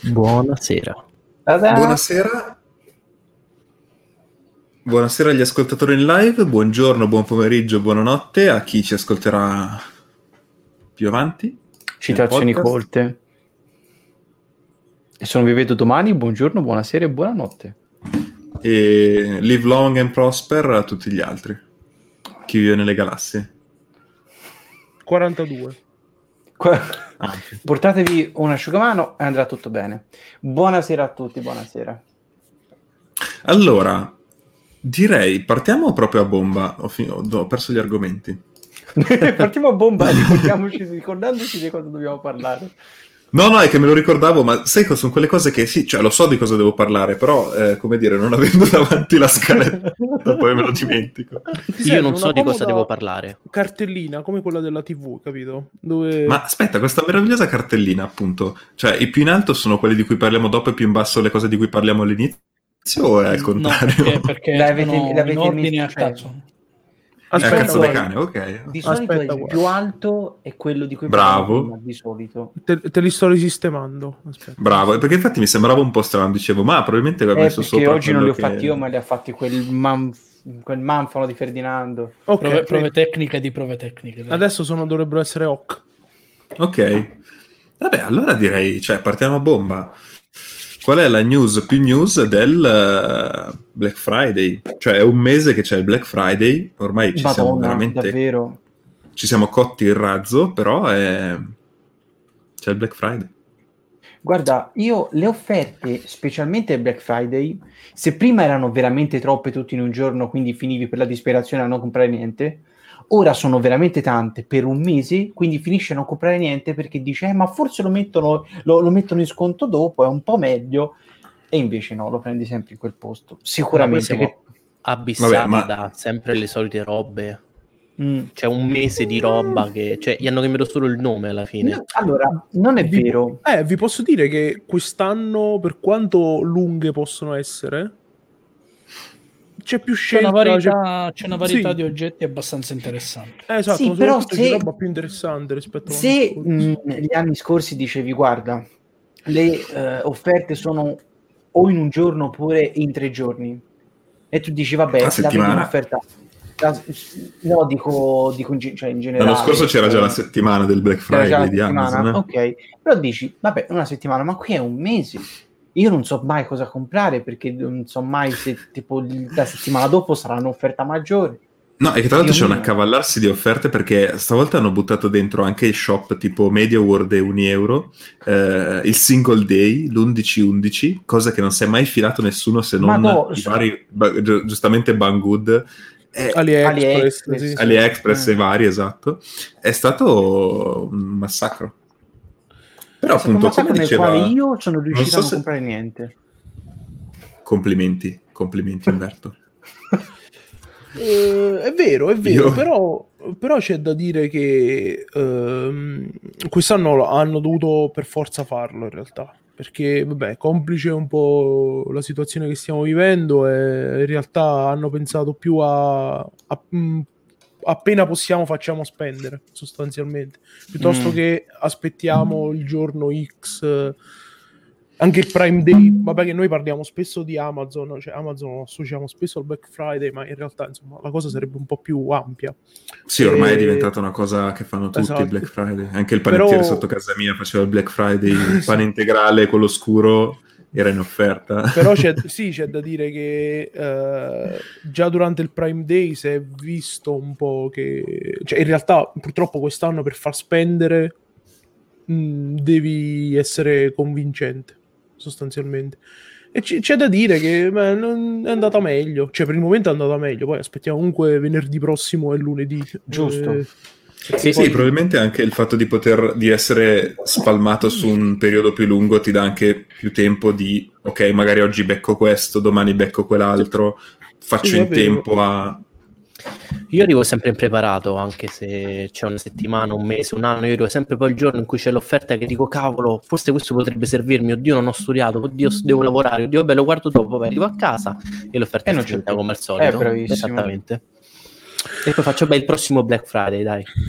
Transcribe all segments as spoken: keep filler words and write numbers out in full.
Buonasera. Buonasera. Buonasera agli ascoltatori in live, buongiorno, buon pomeriggio, buonanotte a chi ci ascolterà più avanti. Citazioni colte. E se non vi vedo domani, buongiorno, buonasera e buonanotte. E live long and prosper a tutti gli altri. Chi vive nelle galassie. quarantadue. Ah. Portatevi un asciugamano e andrà tutto bene. Buonasera a tutti, buonasera. Allora, direi partiamo proprio a bomba. Ho, fin- ho perso gli argomenti. Partiamo a bomba, ricordiamoci, ricordandoci di cosa dobbiamo parlare. No, no, è che me lo ricordavo, ma sai cosa sono quelle cose che sì, cioè lo so di cosa devo parlare, però, eh, come dire, non avendo davanti la scaletta, poi me lo dimentico. Io non so di cosa devo parlare. Cartellina, come quella della tivù, capito? Dove... Ma aspetta, questa meravigliosa cartellina, appunto, cioè i più in alto sono quelli di cui parliamo dopo e più in basso le cose di cui parliamo all'inizio, o è al contrario? No, perché, perché l'avete, sono l'avete in ordine a cioè... cazzo. Aspetta, Aspetta, cazzo di cane, ok. Di solito Aspetta, il più alto è quello di cui Bravo. parliamo di solito. Te, te li sto risistemando. Aspetta. Bravo, perché infatti mi sembrava un po' strano, dicevo, ma probabilmente aveva Eh, messo perché sopra oggi non li ho che... fatti io, ma li ha fatti quel, manf... quel manfalo di Ferdinando. Ok, Prove, prove tecniche di prove tecniche. Dai. adesso sono, dovrebbero essere O C. Ok. Vabbè, allora direi, cioè, partiamo a bomba. Qual è la news più news del uh, Black Friday? Cioè è un mese che c'è il Black Friday, ormai ci Madonna, siamo veramente davvero. ci siamo cotti il razzo, però è... c'è il Black Friday. Guarda, io le offerte, specialmente il Black Friday, se prima erano veramente troppe tutti in un giorno, quindi finivi per la disperazione a non comprare niente, ora sono veramente tante per un mese, quindi finisci a non comprare niente perché dice eh, ma forse lo mettono, lo, lo mettono in sconto dopo, è un po' meglio, e invece no, lo prendi sempre in quel posto. Sicuramente siamo che... abissati Vabbè, ma... da sempre le solite robe. Mm. C'è un mese di roba che... Cioè, gli hanno cambiato solo il nome alla fine. No, allora, non è vi, vero. Eh, vi posso dire che quest'anno, per quanto lunghe possono essere, c'è più C'è scelta, una varietà, c'è una varietà sì. di oggetti abbastanza interessante. Eh, esatto, Sì, però soprattutto se- c'è roba più interessante rispetto a Se mh, negli anni scorsi dicevi guarda, le eh, offerte sono o in un giorno oppure in tre giorni, e tu dici vabbè, Una la settimana. vedo un'offerta, la- no dico, dico in, ge- cioè in generale. L'anno scorso c'era già eh, la settimana del Black c'era già la Friday di settimana, Amazon. eh. ok, però dici vabbè, una settimana, ma qui è un mese. Io non so mai cosa comprare perché non so mai se tipo la settimana dopo sarà un'offerta maggiore. No, e che tra l'altro Io c'è un meno. accavallarsi di offerte perché stavolta hanno buttato dentro anche i shop tipo Media World e Unieuro, eh, il single day, l'undici undici, cosa che non si è mai filato nessuno se non Ma no, i so- vari, ba- gi- giustamente Banggood, e AliExpress, AliExpress. sì. AliExpress Mm. e vari, esatto. È stato un massacro. Però È stato un appunto, massacro come nel diceva... quale io sono riuscito so a non se- comprare niente. Complimenti, complimenti Umberto. Eh, è vero, è vero, Io- però, però c'è da dire che ehm, quest'anno hanno dovuto per forza farlo in realtà, perché vabbè, complice un po' la situazione che stiamo vivendo e in realtà hanno pensato più a, a- mh, appena possiamo facciamo spendere sostanzialmente, piuttosto Mm. che aspettiamo il giorno X. eh, Anche il Prime Day, vabbè che noi parliamo spesso di Amazon, cioè Amazon lo associamo spesso al Black Friday, ma in realtà insomma la cosa sarebbe un po' più ampia. Sì, ormai E- è diventata una cosa che fanno tutti Esatto. il Black Friday. Anche il panettiere Però- sotto casa mia faceva il Black Friday, il pane integrale, quello scuro, era in offerta. Però c'è, sì, c'è da dire che eh, già durante il Prime Day si è visto un po' che... Cioè in realtà purtroppo quest'anno per far spendere mh, devi essere convincente, sostanzialmente. E c- c'è da dire che beh, non è andata meglio, cioè per il momento è andata meglio, poi aspettiamo comunque venerdì prossimo e lunedì. Giusto. Eh, Sì, sì, probabilmente anche il fatto di poter di essere spalmato su un periodo più lungo ti dà anche più tempo di ok, magari oggi becco questo, domani becco quell'altro, faccio Sì, in è vero. tempo a... Io arrivo sempre impreparato, anche se c'è una settimana, un mese, un anno. Io arrivo sempre poi il giorno in cui c'è l'offerta che dico cavolo, forse questo potrebbe servirmi, oddio non ho studiato, oddio devo lavorare, oddio vabbè lo guardo dopo, poi arrivo a casa e l'offerta E è non c'è finita più. come al solito. Eh, bravissimo. Esattamente. E poi faccio beh il prossimo Black Friday, dai.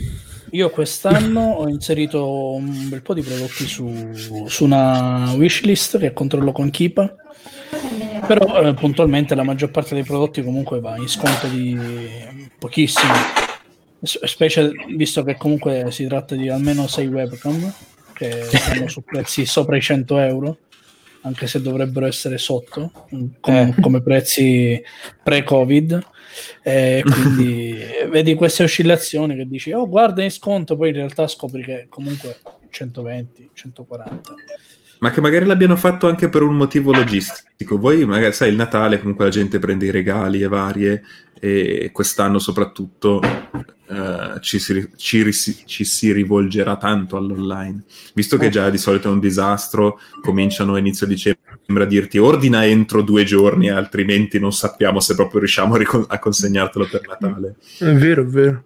Io quest'anno ho inserito un bel po' di prodotti su, su una wishlist che controllo con Keepa, però eh, puntualmente la maggior parte dei prodotti comunque va in sconto di pochissimo, specie visto che comunque si tratta di almeno sei webcam che stanno su prezzi sopra i cento euro, anche se dovrebbero essere sotto com- come prezzi pre-Covid. E quindi vedi queste oscillazioni che dici oh guarda in sconto, poi in realtà scopri che comunque centoventi centoquaranta. Ma che magari l'abbiano fatto anche per un motivo logistico. Voi magari sai il Natale comunque la gente prende i regali e varie, e quest'anno soprattutto eh, ci, si, ci, ci si rivolgerà tanto all'online, visto che già di solito è un disastro. Cominciano a inizio dicembre a dirti ordina entro due giorni, altrimenti non sappiamo se proprio riusciamo a, ricon- a consegnartelo per Natale. È vero, è vero.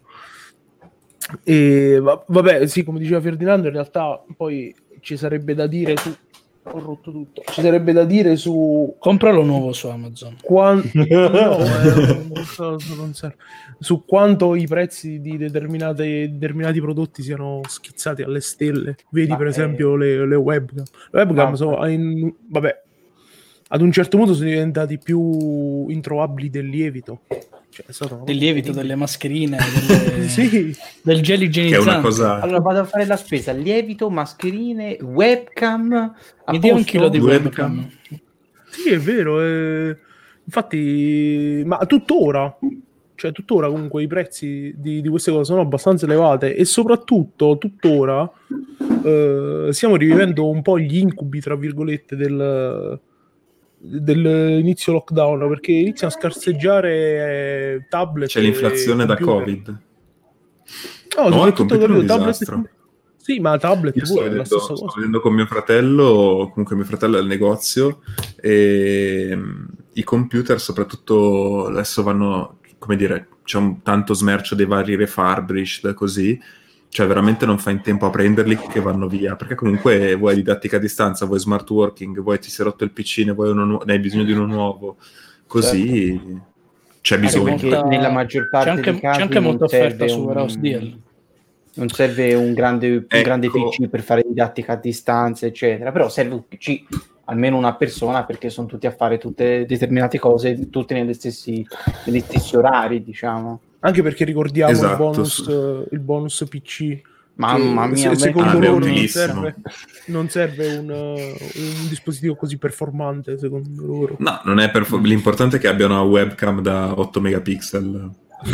E vabbè, sì, come diceva Ferdinando, in realtà poi ci sarebbe da dire su ho rotto tutto ci sarebbe da dire su compralo nuovo su Amazon. Quant... no, eh, non so, non serve. Su quanto i prezzi di determinate, determinati prodotti siano schizzati alle stelle. Vedi Ma per è... esempio le, le webcam le webcam Ma... sono in... vabbè, ad un certo punto sono diventati più introvabili del lievito. Cioè, del lievito, delle mascherine, delle... sì. del gel igienizzante. Che è una cosa... Allora vado a fare la spesa, lievito, mascherine, webcam. Mi dia un chilo di webcam. webcam. Sì, è vero. Eh... Infatti, ma tuttora, cioè tuttora comunque i prezzi di, di queste cose sono abbastanza elevate e soprattutto tuttora eh, stiamo rivivendo un po' gli incubi, tra virgolette, del... dell'inizio lockdown, perché iniziano a scarseggiare tablet. C'è l'inflazione da Covid. No, no, soprattutto il tablet. Sì, ma tablet Io sto pure è vedendo, la stessa sto cosa. vedendo con mio fratello, comunque mio fratello è al negozio, e i computer soprattutto adesso vanno, come dire, c'è un tanto smercio dei vari refurbished, così, cioè veramente non fai in tempo a prenderli che vanno via, perché comunque vuoi didattica a distanza, vuoi smart working, vuoi ti si è rotto il P C, ne, vuoi uno nu- ne hai bisogno di uno nuovo, così certo. C'è bisogno. Molta... nella maggior parte c'è anche, dei casi c'è anche molta offerta un... su Warehouse Deal. Non serve un grande, un ecco. grande P C per fare didattica a distanza, eccetera, però serve un P C, almeno una persona, perché sono tutti a fare tutte determinate cose, tutte negli stessi, negli stessi orari, diciamo. Anche perché ricordiamo esatto, il bonus, sì. uh, il bonus P C. Mamma mia, se, secondo ah, loro non serve, non serve un, uh, un dispositivo così performante, secondo loro. No, non è perfor- l'importante è che abbiano una webcam da otto megapixel.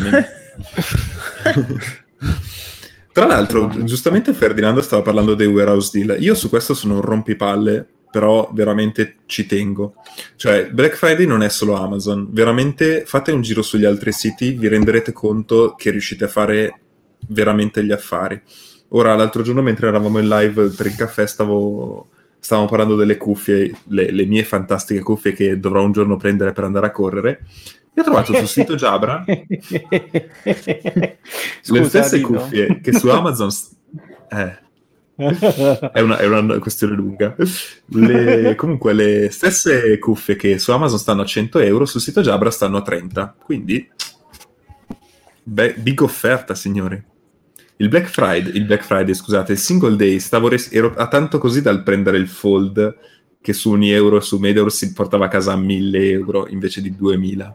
Tra l'altro, giustamente Ferdinando stava parlando dei warehouse deal. Io su questo sono un rompipalle, però veramente ci tengo. Cioè, Black Friday non è solo Amazon. Veramente fate un giro sugli altri siti, vi renderete conto che riuscite a fare veramente gli affari. Ora, l'altro giorno, mentre eravamo in live per il caffè, stavo... stavamo parlando delle cuffie, le, le mie fantastiche cuffie che dovrò un giorno prendere per andare a correre. Io ho trovato sul sito Jabra le stesse Rino. cuffie che su Amazon eh, è, una, è una questione lunga. Le, comunque le stesse cuffie che su Amazon stanno a cento euro, sul sito Jabra stanno a trenta, quindi beh, big offerta, signori. Il Black Friday, il Black Friday, scusate, il Single Day, stavo res- ero a tanto così dal prendere il Fold che su un euro e su Meteor si portava a casa a mille euro invece di duemila.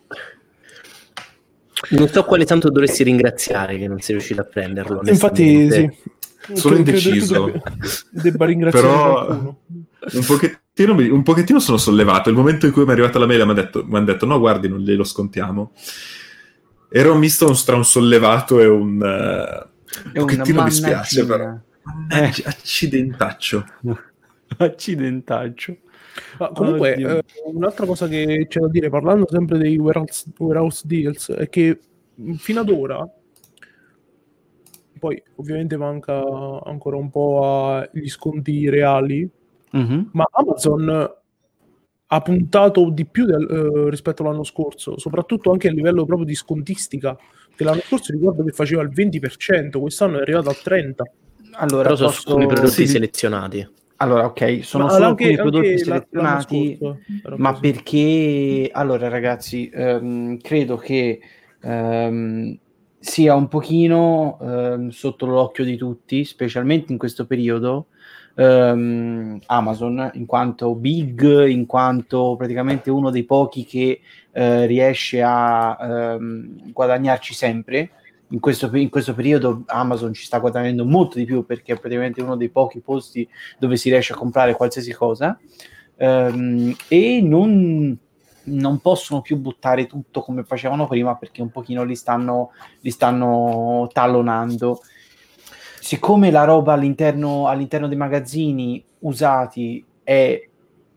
Non so quale tanto dovresti ringraziare che non sei riuscito a prenderlo. Infatti, sì. Sono indeciso. Debba ringraziare però qualcuno. Un pochettino, un pochettino sono sollevato. Il momento in cui mi è arrivata la mail mi hanno detto, mi hanno detto no, guardi, non glielo scontiamo. Era un misto tra un sollevato e un... Uh, un pochettino mi spiace, però. Mannaggia, eh. Accidentaccio. Accidentaccio. Ma comunque eh, un'altra cosa che c'è da dire, parlando sempre dei warehouse, warehouse deals, è che fino ad ora, poi ovviamente manca ancora un po' agli sconti reali, mm-hmm. ma Amazon ha puntato di più del, eh, rispetto all'anno scorso, soprattutto anche a livello proprio di scontistica, che l'anno scorso ricordo che faceva il venti per cento, quest'anno è arrivato al trenta per cento. Allora, però posso... sono i prodotti sì. selezionati. Allora, ok, sono ma solo anche, alcuni prodotti anche selezionati, scorso, ma così. Perché, allora ragazzi, ehm, credo che ehm, sia un pochino ehm, sotto l'occhio di tutti, specialmente in questo periodo, ehm, Amazon, in quanto big, in quanto praticamente uno dei pochi che eh, riesce a ehm, guadagnarci sempre. In questo, in questo periodo Amazon ci sta guadagnando molto di più, perché è praticamente uno dei pochi posti dove si riesce a comprare qualsiasi cosa, ehm, e non, non possono più buttare tutto come facevano prima, perché un pochino li stanno, li stanno tallonando. Siccome la roba all'interno, all'interno dei magazzini usati è,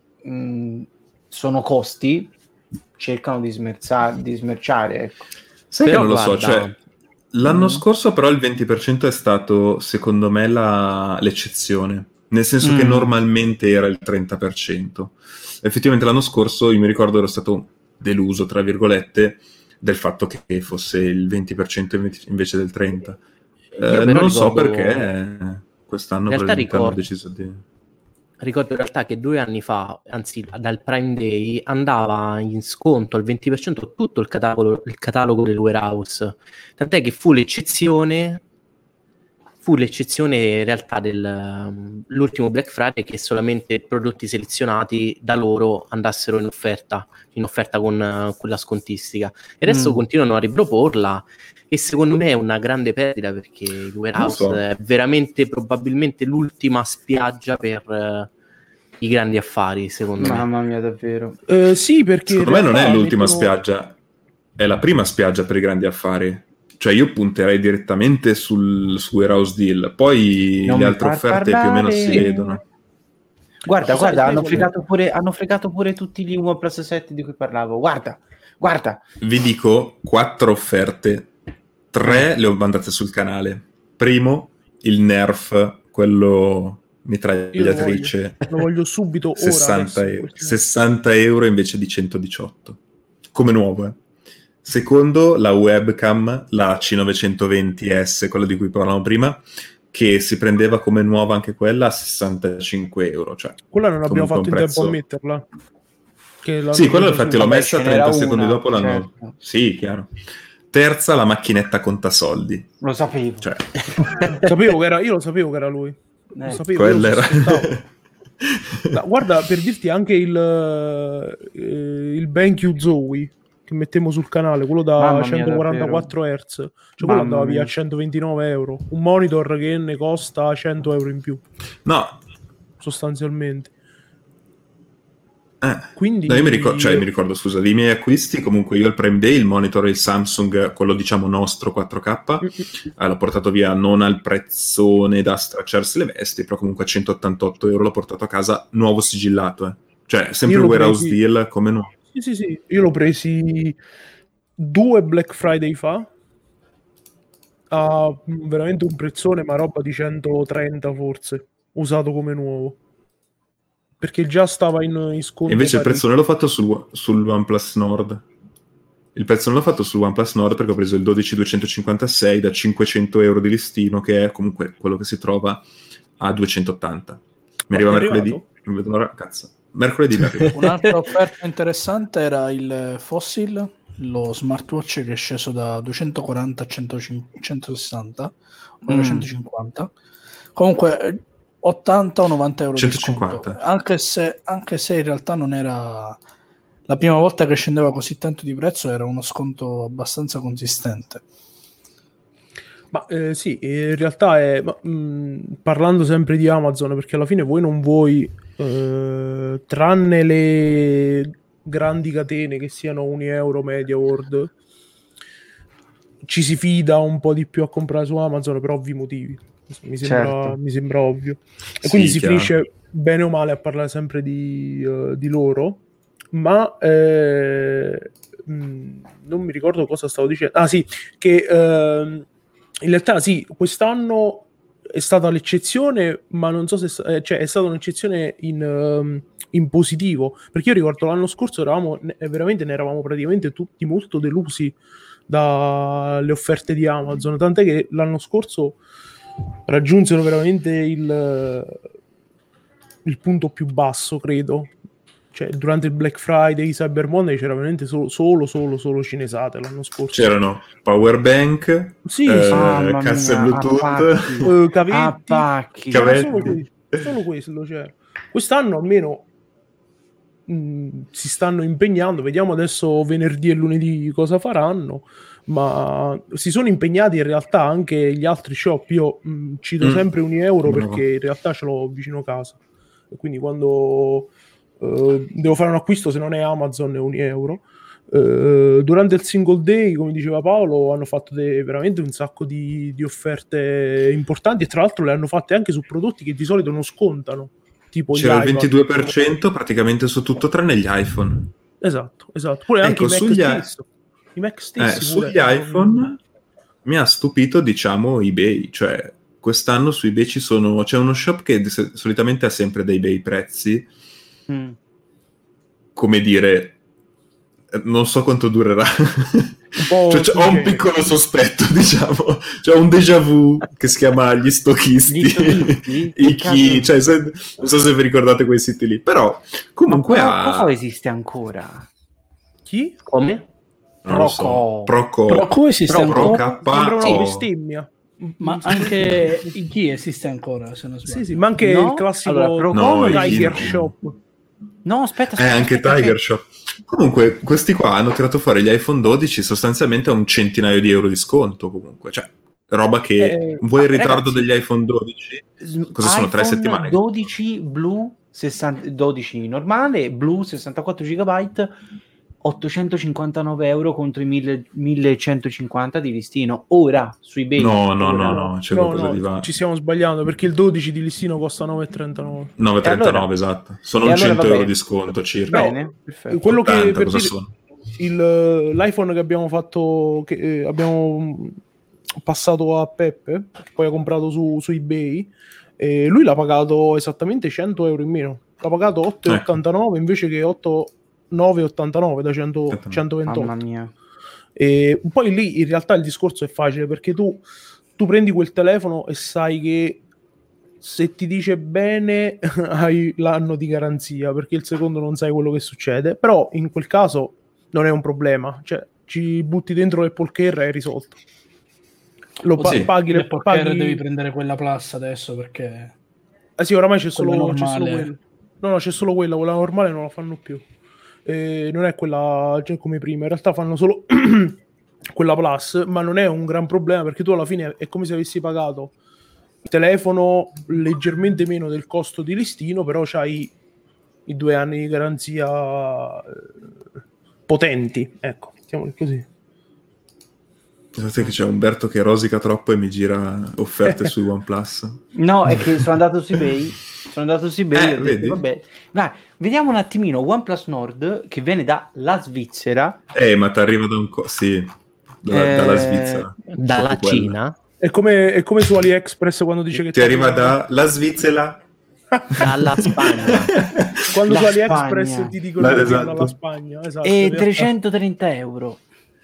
mh, sono costi, cercano di, smerza- di smerciare, ecco. Sai Però che non lo guarda, so, cioè l'anno Mm. scorso però il venti per cento è stato secondo me la- l'eccezione, nel senso che Mm. normalmente era il trenta per cento. Effettivamente l'anno scorso io mi ricordo ero stato deluso, tra virgolette, del fatto che fosse il venti per cento invece del trenta per cento. Io Eh, però non so ricordo- perché quest'anno in realtà probabilmente hanno ricordo- deciso di... Ricordo in realtà che due anni fa, anzi dal Prime Day, andava in sconto al venti per cento tutto il catalogo, il catalogo del warehouse, tant'è che fu l'eccezione fu l'eccezione in realtà dell'ultimo Black Friday, che solamente prodotti selezionati da loro andassero in offerta, in offerta con eh, quella scontistica. E adesso Mm. continuano a riproporla, e secondo me è una grande perdita, perché il warehouse Non so. è veramente probabilmente l'ultima spiaggia per eh, i grandi affari, secondo me. Mamma mia, davvero. Eh, sì, perché in Secondo me non è realtà l'ultima mettono- spiaggia, è la prima spiaggia per i grandi affari. Cioè io punterei direttamente sul, su warehouse deal, poi Non le mi altre far offerte più o meno si parlare. vedono. Guarda, Sai- guarda, sai hanno qual è? fregato pure, hanno fregato pure tutti gli OnePlus sette di cui parlavo. Guarda, guarda. Vi dico quattro offerte, tre le ho mandate sul canale. Primo, il Nerf, quello mitragliatrice, Lo voglio subito, ora, sessanta, adesso, in euro, questo momento. sessanta euro invece di centodiciotto, come nuovo, eh. Secondo, la webcam, la C novecentoventi S, quella di cui parlavamo prima, che si prendeva come nuova anche quella a sessantacinque euro. Cioè, Quella non abbiamo comunque fatto un in prezzo- tempo a metterla. Che l'hanno Sì, quello presa infatti su- l'ho Vabbè, messa ce n'era trenta secondi una, dopo l'hanno... certo. Sì, chiaro. Terza, la macchinetta contasoldi. Lo sapevo. Cioè, Sapevo che era, io lo sapevo che era lui. Lo Eh, sapevo, io lo quella era... sospettavo. No, guarda, per dirti anche il, eh, il BenQ Zoe che mettemmo sul canale, quello da Mamma mia, centoquarantaquattro hertz, cioè quello Mamma andava via mia. a centoventinove euro. Un monitor che ne costa cento euro in più, No, sostanzialmente. eh. Quindi No, io mi ricordo, cioè, mi ricordo, scusa, dei miei acquisti, comunque io il Prime Day, il monitor, il Samsung, quello diciamo nostro quattro K, eh, l'ho portato via non al prezzone da stracciarsi le vesti, però comunque a centottantotto euro l'ho portato a casa nuovo sigillato, eh. Cioè, sempre Io il l'ho warehouse presi- deal come nuovo. Sì, sì, sì. Io l'ho presi due Black Friday fa a veramente un prezzone, ma roba di centotrenta forse, usato come nuovo. Perché già stava in, in sconto. E invece il parecchio. prezzone l'ho fatto sul, sul OnePlus Nord. Il prezzone l'ho fatto sul OnePlus Nord perché ho preso il dodici duecentocinquantasei da cinquecento euro di listino, che è comunque quello che si trova a duecentottanta. Mi arriva Ma è mercoledì, arrivato? non vedo l'ora, cazzo. Mercoledì mi arriva. Un'altra offerta interessante era il Fossil, lo smartwatch che è sceso da duecentoquaranta a centosessanta, o Mm. centocinquanta. Comunque ottanta o novanta euro centocinquanta. di sconto, anche se, anche se in realtà non era la prima volta che scendeva così tanto di prezzo, era uno sconto abbastanza consistente. Ma eh, sì, in realtà è ma, mh, parlando sempre di Amazon, perché alla fine voi non vuoi, eh, tranne le grandi catene che siano Unieuro, Media World, ci si fida un po' di più a comprare su Amazon per ovvi motivi. Mi sembra, Certo. mi sembra ovvio. E Sì, quindi si chiaro. finisce bene o male a parlare sempre di, eh, di loro, ma eh, mh, non mi ricordo cosa stavo dicendo. Ah sì, che ehm, in realtà sì, quest'anno è stata l'eccezione, ma non so se eh, cioè è stata un'eccezione in, ehm, in positivo, perché io ricordo l'anno scorso eravamo ne- veramente ne eravamo praticamente tutti molto delusi dalle offerte di Amazon, tant'è che l'anno scorso raggiunsero veramente il, il punto più basso, credo. cioè durante il Black Friday, Cyber Monday c'era veramente solo, solo, solo, solo cinesate l'anno scorso. C'erano power bank, sì, eh, sì. casse mia, Bluetooth, appacchi. Uh, cavetti, Appacchi. c'era solo, que- solo questo c'era. Quest'anno almeno mh, si stanno impegnando, vediamo adesso venerdì e lunedì cosa faranno, ma si sono impegnati in realtà anche gli altri shop. Io mh, cito Mm. sempre Unieuro Bravo. perché in realtà ce l'ho vicino casa, e quindi quando uh, devo fare un acquisto, se non è Amazon è Unieuro. Uh, durante il single day, come diceva Paolo, hanno fatto de- veramente un sacco di, di offerte importanti, e tra l'altro le hanno fatte anche su prodotti che di solito non scontano, tipo gli c'era il iPad. ventidue per cento praticamente su tutto tranne gli iPhone. Esatto, esatto. Pure anche Ecco, i Mac sugli, stessi. I Mac eh, stessi pure sugli erano- iPhone mi ha stupito, diciamo, eBay. Cioè, quest'anno su eBay ci sono, c'è uno shop che di- solitamente ha sempre dei bei prezzi, Mm. come dire, eh, non so quanto durerà. un po' Cioè, c'è- ho un suggere. piccolo sospetto, diciamo. C'è un déjà vu che si chiama Gli Stocchisti. Gli Stocchisti? I Che chi, cazzo- cioè, se- non so se vi ricordate quei siti lì, però comunque Ma ha... Proco esiste ancora? Chi? Come? non lo so, Proco. Proco, Proco esiste Pro- ancora? Pro K Sembra una o- bestemmia. Ma anche i chi esiste ancora, se non sbaglio. Sì, sì, ma anche No? il classico Allora, Proco No, non i Tiger Chi- Shop. No, aspetta, Eh, aspetta, anche aspetta, Tiger che- Shop. Comunque, questi qua hanno tirato fuori gli iPhone dodici sostanzialmente a un centinaio di euro di sconto, comunque. Cioè, roba che... Eh, vuoi il ah, ritardo ragazzi, degli iPhone dodici? Cosa sono, tre iPhone settimane? dodici Blue, sessanta dodici normale, Blue sessantaquattro giga, ottocentocinquantanove euro contro i mille millecentocinquanta di listino. Ora, su eBay. No, no, Ora. no, no, c'è No, qualcosa no, di va. ci stiamo sbagliando perché il dodici di listino costa nove virgola trentanove. nove virgola trentanove, E allora- esatto. Sono e un allora cento vabbè. euro di sconto circa. Bene, perfetto. Quello che ottanta, per cosa dire, sono? il, l'iPhone che abbiamo fatto, che eh, abbiamo passato a Peppe, che poi ha comprato su, su eBay, e lui l'ha pagato esattamente cento euro in meno. L'ha pagato otto virgola ottantanove invece che otto virgola novecentoottantanove da cento, centoventotto. Mamma mia. E poi lì in realtà il discorso è facile, perché tu, tu prendi quel telefono e sai che se ti dice bene hai l'anno di garanzia, perché il secondo non sai quello che succede, però in quel caso non è un problema, cioè ci butti dentro l'Apple Care e è risolto. Lo pa- Sì. paghi, le, L'Apple paghi... Care devi prendere quella Plus adesso perché Eh sì, oramai c'è quella solo, c'è solo normale. quella. No, no, c'è solo quella, quella normale non la fanno più. Eh, non è quella, cioè, come prima, in realtà fanno solo quella Plus, ma non è un gran problema perché tu alla fine è come se avessi pagato il telefono leggermente meno del costo di listino, però c'hai i due anni di garanzia eh, potenti, ecco, mettiamoli così. Pensate che c'è Umberto che rosica troppo e mi gira offerte su OnePlus. No, è che sono andato su eBay. Sono andato su eBay Eh, e ho detto, vedi? vabbè. Vai, vediamo un attimino OnePlus Nord che viene dalla Svizzera. Eh, ma ti arriva da un co... Sì, da- Eh, dalla Svizzera. Dalla Proprio quella. Cina? È come, è come su AliExpress quando dice che Ti arriva dalla Svizzera? Dalla Spagna. quando La su AliExpress Spagna. ti dicono La- che esatto. viene dalla Spagna, esatto, in E realtà. trecentotrenta euro.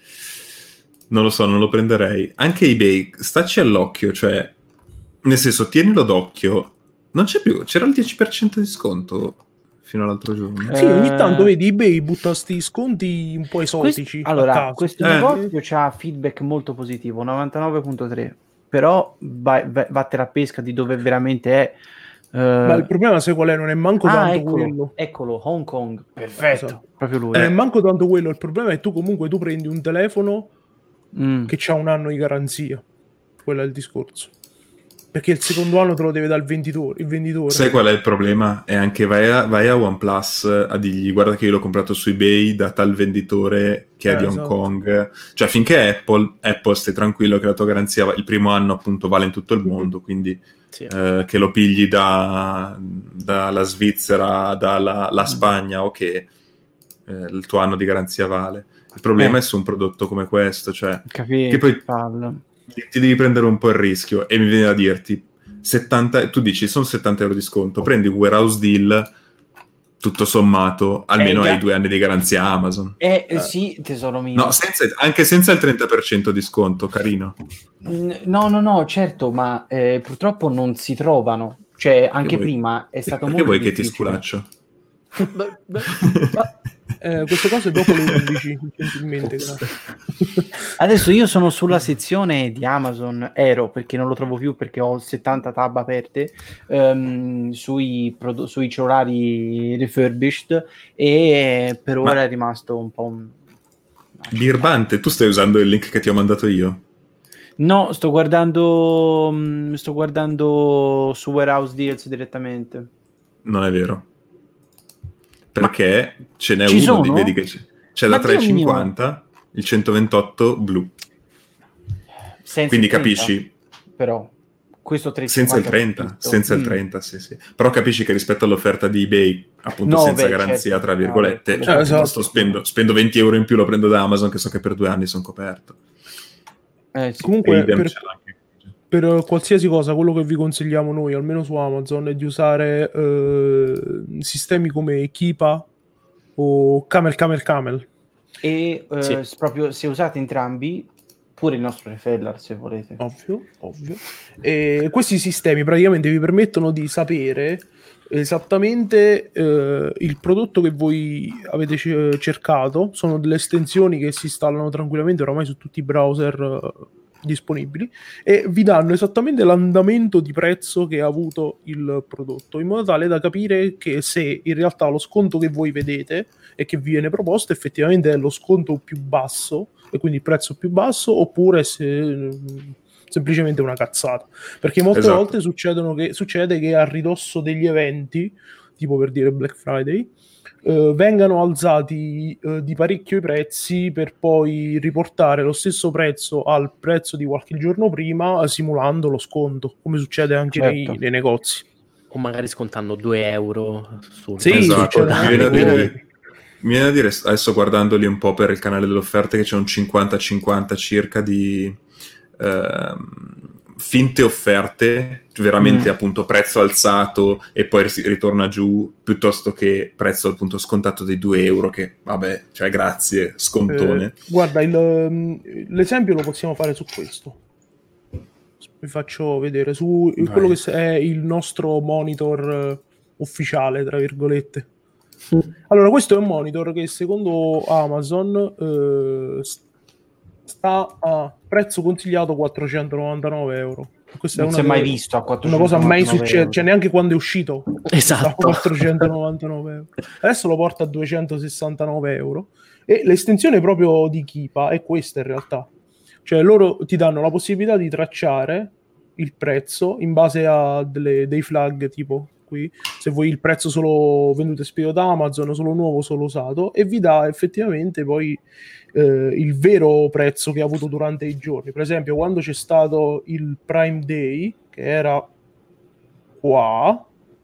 Non lo so, non lo prenderei. Anche eBay, stacci all'occhio, cioè, nel senso, tienilo d'occhio. Non c'è più, c'era il dieci per cento di sconto fino all'altro giorno. Sì, ogni Eh, tanto vedi eBay butta sti sconti un po' esotici. Questo- a allora, caso. questo Eh. negozio c'ha feedback molto positivo, novantanove virgola tre, però va, va, vattene a pesca di dove veramente è. eh, Ma il problema sai qual è? Non è manco ah, tanto eccolo, quello. eccolo, Hong Kong, perfetto, Esatto. proprio lui. Non è manco tanto quello. Il problema è tu comunque tu prendi un telefono Mm. che c'ha un anno di garanzia. Quello è il discorso. Perché il secondo anno te lo deve dare il venditore. Il venditore. Sai qual è il problema? È anche vai a, vai a OnePlus a dirgli guarda che io l'ho comprato su eBay da tal venditore che è Eh, di Hong esatto. Kong. Cioè finché è Apple, Apple stai tranquillo che la tua garanzia il primo anno appunto vale in tutto il mondo, quindi Sì. eh, che lo pigli da, dalla Svizzera, dalla la Spagna o che eh, il tuo anno di garanzia vale. Il problema Eh. è su un prodotto come questo, cioè Capito, che poi Paolo. ti devi prendere un po' il rischio e mi viene da dirti settanta, tu dici sono settanta euro di sconto, prendi warehouse deal tutto sommato almeno Eh, hai già. due anni di garanzia Amazon. Eh, eh, sì, tesoro mio. No, senza, anche senza il trenta per cento di sconto, carino. Mm, No, no, no, certo, ma eh, purtroppo non si trovano. Cioè, anche vuoi? prima è stato Perché molto vuoi che ti difficile. sculaccio? Beh, beh, Eh, queste cose dopo le undici, gentilmente. Grazie. Adesso io sono sulla sezione di Amazon, ero perché non lo trovo più perché ho settanta tab aperte ehm, sui, prodo- sui cellulari refurbished e per ora Ma- è rimasto un po' un... Birbante, tu stai usando il link che ti ho mandato io? No, sto guardando mh, sto guardando su Warehouse Deals direttamente. Non è vero. Perché ce n'è ci uno, sono? di, vedi che c'è, c'è Ma da Dio trecentocinquanta, il centoventotto blu. Senza Quindi il trenta, capisci, però questo senza il trecentocinquanta trenta, senza il Mm. trenta, sì, sì. Però capisci che rispetto all'offerta di eBay, appunto No, senza beh, garanzia, certo. tra virgolette, Ah, beh, cioè, quello- appunto, esatto. sto spendo, spendo venti euro in più, lo prendo da Amazon, che so che per due anni sono coperto. Eh, sì. E Comunque, idem per, ce l'ha anche qui. per qualsiasi cosa, quello che vi consigliamo noi, almeno su Amazon, è di usare eh, sistemi come Keepa o Camel Camel Camel. E eh, Sì. s- proprio se usate entrambi, pure il nostro referral se volete. Ovvio, ovvio. E questi sistemi praticamente vi permettono di sapere esattamente eh, il prodotto che voi avete ce- cercato. Sono delle estensioni che si installano tranquillamente oramai su tutti i browser eh, disponibili e vi danno esattamente l'andamento di prezzo che ha avuto il prodotto, in modo tale da capire che se in realtà lo sconto che voi vedete e che vi viene proposto effettivamente è lo sconto più basso e quindi il prezzo più basso, oppure se mh, semplicemente una cazzata, perché molte Esatto. volte succedono che, succede che a ridosso degli eventi, tipo per dire Black Friday, eh, vengano alzati eh, di parecchio i prezzi per poi riportare lo stesso prezzo al prezzo di qualche giorno prima, eh, simulando lo sconto, come succede anche Certo. nei, nei negozi. O magari scontando due euro sul Sì, Esatto, succede mi anche viene, da quello. dire, mi viene da dire, adesso guardandoli un po' per il canale delle offerte, che c'è un cinquanta cinquanta circa di ehm, finte offerte, veramente Mm. appunto prezzo alzato e poi si ritorna giù, piuttosto che prezzo appunto scontato dei due euro, che vabbè, cioè grazie, scontone. Eh, guarda, il, um, l'esempio lo possiamo fare su questo. Vi faccio vedere su Vai. quello che è il nostro monitor eh, ufficiale, tra virgolette. Allora, questo è un monitor che secondo Amazon eh, sta a prezzo consigliato quattrocentonovantanove euro. Questa Non è si è una mai delle- visto a una cosa mai quattrocentonovantanove successa, euro. cioè neanche quando è uscito. Esatto. Stava a quattrocentonovantanove euro. Adesso lo porta a duecentosessantanove euro. E l'estensione proprio di Keepa è questa in realtà. Cioè loro ti danno la possibilità di tracciare il prezzo in base a delle, dei flag tipo qui, se vuoi il prezzo solo venduto e spedito da Amazon, solo nuovo, solo usato, e vi dà effettivamente poi eh, il vero prezzo che ha avuto durante i giorni. Per esempio, quando c'è stato il Prime Day, che era qua,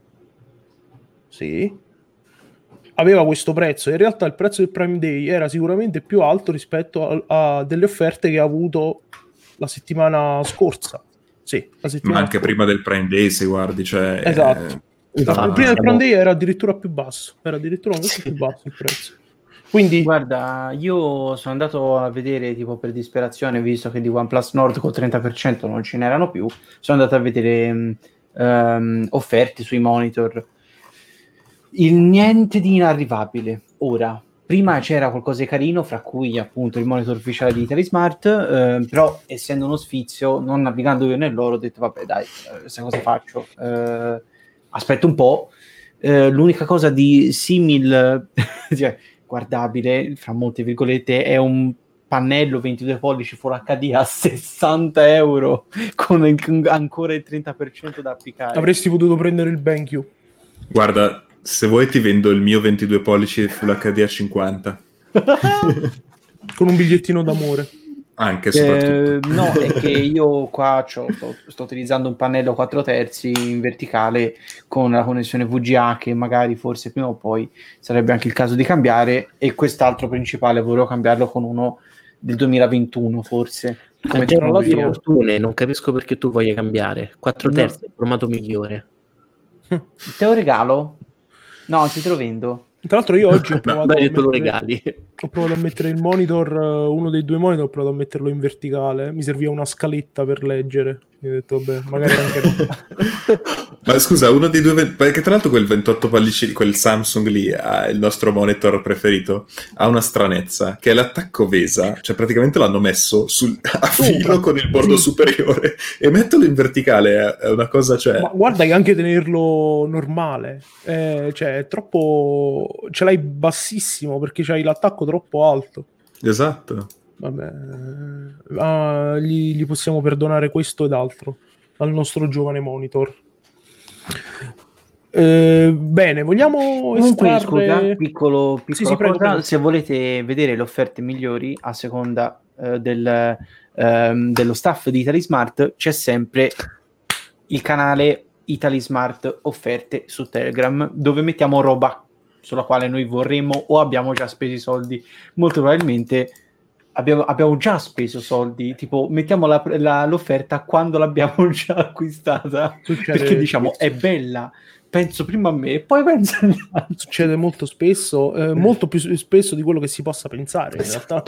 sì, aveva questo prezzo. In realtà il prezzo del Prime Day era sicuramente più alto rispetto a, a delle offerte che ha avuto la settimana scorsa. Sì, la Ma settimana anche scorsa. prima del Prime Day, se guardi, cioè... Esatto. eh, Infatti, No, prima del siamo- Prime Day era addirittura più basso, era addirittura molto Sì. più basso il prezzo. Quindi Guarda, io sono andato a vedere tipo per disperazione, visto che di OnePlus Nord col trenta per cento non ce n'erano più, sono andato a vedere mh, ehm, offerte sui monitor. Il niente di inarrivabile. Ora, prima c'era qualcosa di carino, fra cui appunto il monitor ufficiale di Italy Smart, eh, però essendo uno sfizio, non navigando io nell'oro, ho detto vabbè dai, eh, sai cosa faccio? Eh, aspetto un po'. Eh, l'unica cosa di simil, cioè, guardabile, fra molte virgolette, è un pannello ventidue pollici Full acca di a sessanta euro con in- ancora il trenta per cento da applicare. avresti potuto prendere il BenQ. Guarda, se vuoi ti vendo il mio ventidue pollici Full acca di a cinquanta. Con un bigliettino d'amore. Anche e Eh, soprattutto. no, è che io qua c'ho- sto, sto utilizzando un pannello quattro terzi in verticale con la connessione V G A che magari forse prima o poi sarebbe anche il caso di cambiare, e quest'altro principale volevo cambiarlo con uno del duemilaventuno forse. Come Tra l'altro, tecnologia. fortune, non capisco perché tu voglia cambiare. quattro No. terzi è il formato migliore. Te lo regalo? No, anzi te lo vendo. Tra l'altro io oggi ho provato, Beh, a te lo mettere, regali. ho provato a mettere il monitor, eh, uno dei due monitor, ho provato a metterlo in verticale. Mi serviva una scaletta per leggere. Io ho detto, vabbè, magari anche no. Ma scusa, uno dei due, perché tra l'altro quel ventotto pollici, quel Samsung lì, ha il nostro monitor preferito, ha una stranezza, che è l'attacco VESA, cioè praticamente l'hanno messo sul, a filo con il bordo sì. superiore, e metterlo in verticale è una cosa, cioè... Ma guarda che anche tenerlo normale, eh, cioè è troppo... ce l'hai bassissimo perché c'hai l'attacco troppo alto. Esatto. Vabbè, ah, gli, gli possiamo perdonare questo ed altro al nostro giovane monitor. Eh, bene, vogliamo Comunque, estrarre... scusa, piccolo, piccola Sì, sì, prego, cosa, prego. se volete vedere le offerte migliori a seconda eh, del, ehm, dello staff di Italismart, c'è sempre il canale Italismart offerte su Telegram, dove mettiamo roba sulla quale noi vorremmo o abbiamo già speso i soldi. Molto probabilmente abbiamo, abbiamo già speso soldi, tipo mettiamo la, la, l'offerta quando l'abbiamo già acquistata. Succede perché diciamo spesso. è bella, penso prima a me e poi penso agli altri. Succede molto spesso, eh, molto più spesso di quello che si possa pensare in realtà.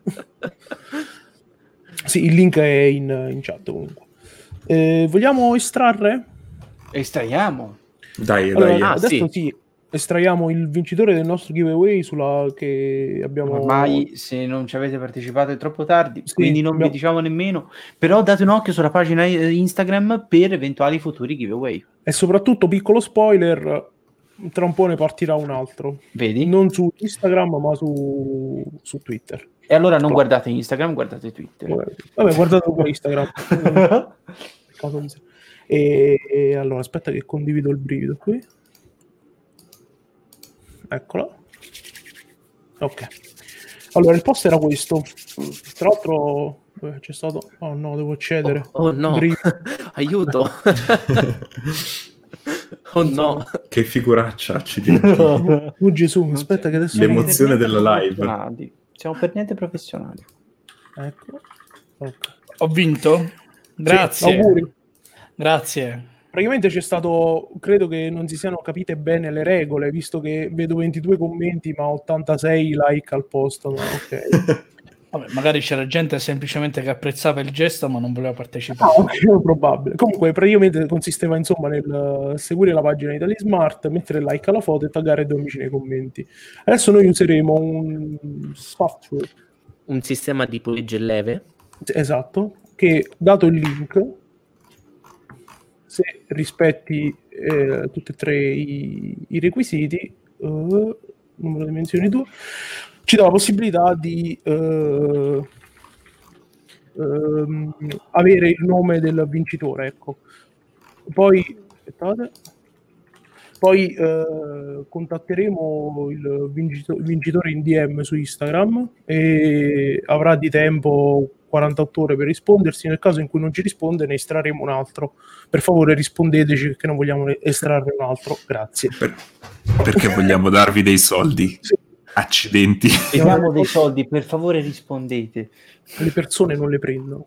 Sì, il link è in, in chat comunque. Eh, vogliamo estrarre? Estraiamo. Dai, Allora, dai. ah, adesso sì. sì, estraiamo il vincitore del nostro giveaway sulla che abbiamo... Ormai se non ci avete partecipato è troppo tardi, Sì, quindi non abbiamo- vi diciamo nemmeno, però date un occhio sulla pagina eh, Instagram per eventuali futuri giveaway. E soprattutto, piccolo spoiler, tra un po' ne partirà un altro. Vedi? Non su Instagram, ma su, su Twitter. E allora non guardate Instagram, guardate Twitter. Vabbè, guardate un po' Instagram. Caso mi- e, e allora, aspetta che condivido il brivido qui. Eccola. Ok. Allora, il post era questo. Tra l'altro eh, c'è stato... Oh no, devo accedere. Oh, oh no, Brivido. aiuto. Oh no. Che figuraccia, accidenti. Oh Gesù, aspetta che adesso... L'emozione per niente della live. professionali. Siamo per niente professionali. Ecco. Ok. Ho vinto? Grazie. Sì, auguri. Grazie. Praticamente c'è stato, credo che non si siano capite bene le regole, visto che vedo ventidue commenti ma ottantasei like al posto. Ma ok. Vabbè, magari c'era gente semplicemente che apprezzava il gesto ma non voleva partecipare. Ah, ok, probabile. Comunque, praticamente consisteva insomma nel seguire la pagina di Talismart, mettere like alla foto e taggare due amici nei commenti. Adesso noi useremo un software, Un sistema di pulegge leve. esatto, che dato il link, se rispetti eh, tutti e tre i, i requisiti, eh, numero di menzioni due, ci dà la possibilità di eh, ehm, avere il nome del vincitore, ecco. Poi aspettate, poi eh, contatteremo il vincito- il vincitore in D M su Instagram e avrà di tempo quarantotto ore per rispondersi. Nel caso in cui non ci risponde ne estrarremo un altro. Per favore rispondeteci perché non vogliamo estrarre un altro, grazie. Per- perché vogliamo darvi dei soldi. Sì. Accidenti. Chiediamo dei soldi, per favore rispondete. Le persone non le prendono.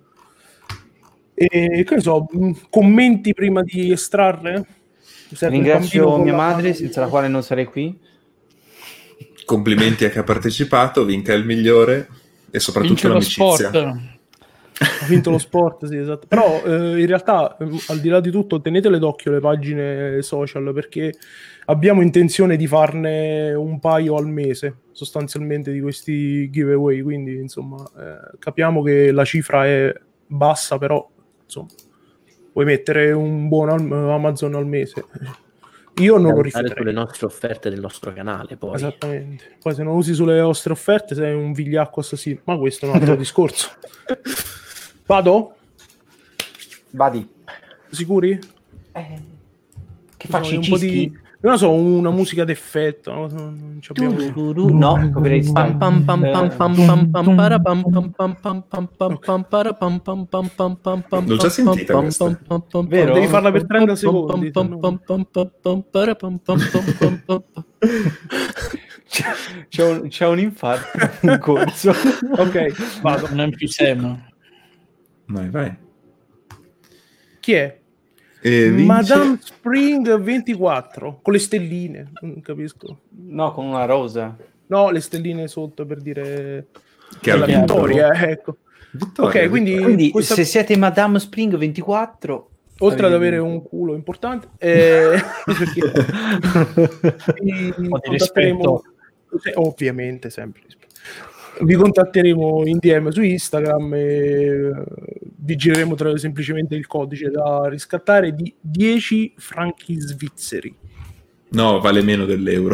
E che ne so, mh, commenti prima di estrarre? Serve un Ringrazio bambino con mia la madre, mano- senza la quale non sarei qui. Complimenti a chi ha partecipato, vinca il migliore e soprattutto Vince lo l'amicizia. sport. Ha vinto lo sport, sì, esatto. Però eh, in realtà, ehm, al di là di tutto, tenetele d'occhio le pagine social perché abbiamo intenzione di farne un paio al mese, sostanzialmente, di questi giveaway. Quindi, insomma, eh, capiamo che la cifra è bassa, però, insomma, puoi mettere un buon al- Amazon al mese. Io non lo Andare rifiuterei. sulle nostre offerte del nostro canale, poi. Esattamente. Poi se non usi sulle vostre offerte sei un vigliacco assassino. Ma questo è un altro discorso. Vado? Vadi. Sicuri? Eh, che Insomma, faccio i un po' di... cischi? Non lo so, una musica d'effetto. No, non ci abbiamo... Turururu. No, copyright Pam strike. pam pam pam Eh, pam pam pam para pam pam pam pam pam pam pam para pam pam pam pam pam pam. L'ho già sentita pam questa. pam pam pam. Vero? Devi farla per trenta secondi, Pam se no- pam pam pam pam para pam pam pam pam pam. c'è, c'è un, c'è un infarto in corso. Ok, vado. Un enfisema. Vai, vai. Chi è? E vince... Madame Spring ventiquattro, con le stelline. Non capisco. No, con una rosa. No, le stelline sotto per dire... Che ha la vinto. vittoria, ecco. Vittoria, Ok, quindi, Quindi questa- se siete Madame Spring ventiquattro, oltre ad avete avere vinto. un culo importante, eh, perché vi Un po' di contatteremo, sì, ovviamente sempre vi contatteremo in D M su Instagram e eh, vi gireremo tra- semplicemente il codice da riscattare di dieci franchi svizzeri. No, vale meno dell'euro.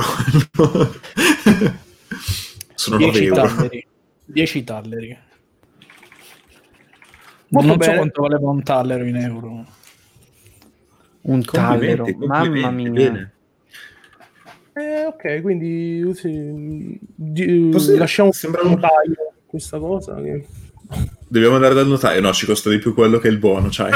Sono nove dieci euro. talleri. dieci talleri. Molto Non bene. so quanto valeva un tallero in euro. Un tallero, Complimenti, mamma complimenti, mia. bene. Eh, ok, quindi sì, di- Così, lasciamo sembra un un- notaio questa cosa. Che... Dobbiamo andare dal notaio? No, ci costa di più quello che il buono, cioè.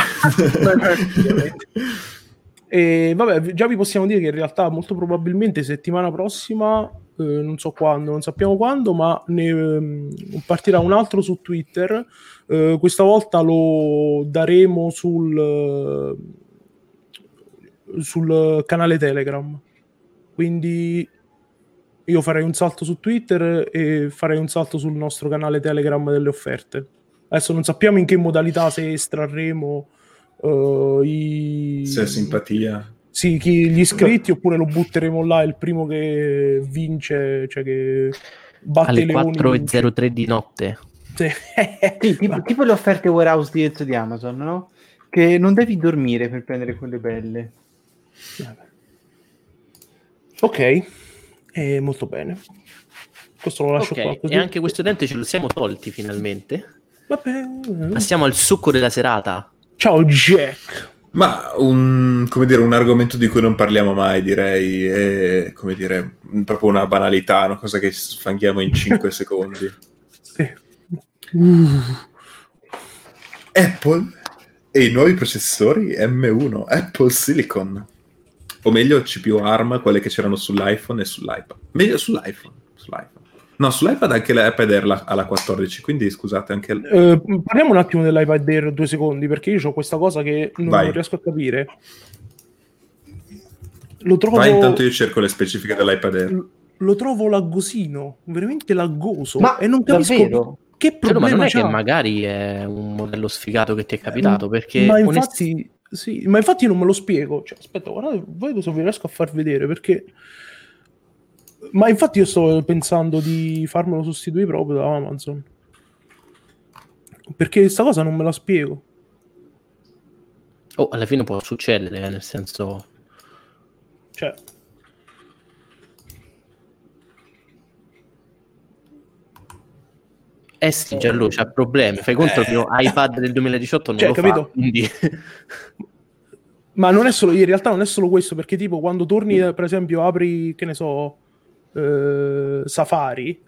E vabbè, già vi possiamo dire che in realtà molto probabilmente settimana prossima, eh, non so quando, non sappiamo quando, ma ne ehm, partirà un altro su Twitter. Eh, questa volta lo daremo sul, eh, sul canale Telegram. Quindi io farei un salto su Twitter e farei un salto sul nostro canale Telegram delle offerte. Adesso non sappiamo in che modalità, se estrarremo uh, i... Se è simpatia. Sì, chi, gli iscritti, oppure lo butteremo là il primo che vince, cioè che batte Alle i leoni. quattro e vince. zero tre di notte. Sì. Sì, tipo, tipo le offerte warehouse direct di Amazon, no? Che non devi dormire per prendere quelle belle. Ok, e molto bene. Questo lo lascio Ok, qua così. e anche questo dente ce lo siamo tolti finalmente. Vabbè. Passiamo al succo della serata. Ciao Jack. Ma un, come dire, un argomento di cui non parliamo mai, direi, è, come dire, proprio una banalità, una cosa che sfanghiamo in cinque secondi. Sì. Uh. Apple e i nuovi processori M uno, Apple Silicon. O meglio, C P U ARM, quelle che c'erano sull'iPhone e sull'iPad. Meglio sull'iPhone. sull'iPhone. No, sull'iPad anche l'iPad Air la- alla quattordici, quindi scusate anche... l- Eh, parliamo un attimo dell'iPad Air due secondi, perché io ho questa cosa che non, Vai. non riesco a capire. Lo trovo, Vai, intanto io cerco le specifiche dell'iPad Air. lo trovo laggosino, veramente laggoso. Ma e non capisco davvero? che Certo, ma problema non è c'ha. che magari è un modello sfigato che ti è capitato, perché ma onest- infatti, sì, ma infatti non me lo spiego. Cioè, aspetta, guardate, vedo se vi riesco a far vedere, perché... Ma infatti io sto pensando di farmelo sostituire proprio da Amazon. Perché questa cosa non me la spiego. oh, alla fine può succedere, eh, nel senso... Cioè... Eh sì, Gianluca, c'ha problemi. Fai conto che il mio iPad del duemiladiciotto non Cioè, lo capito? fa, quindi... Ma non è solo, in realtà non è solo questo, perché tipo quando torni, eh, per esempio, apri, che ne so, eh, Safari,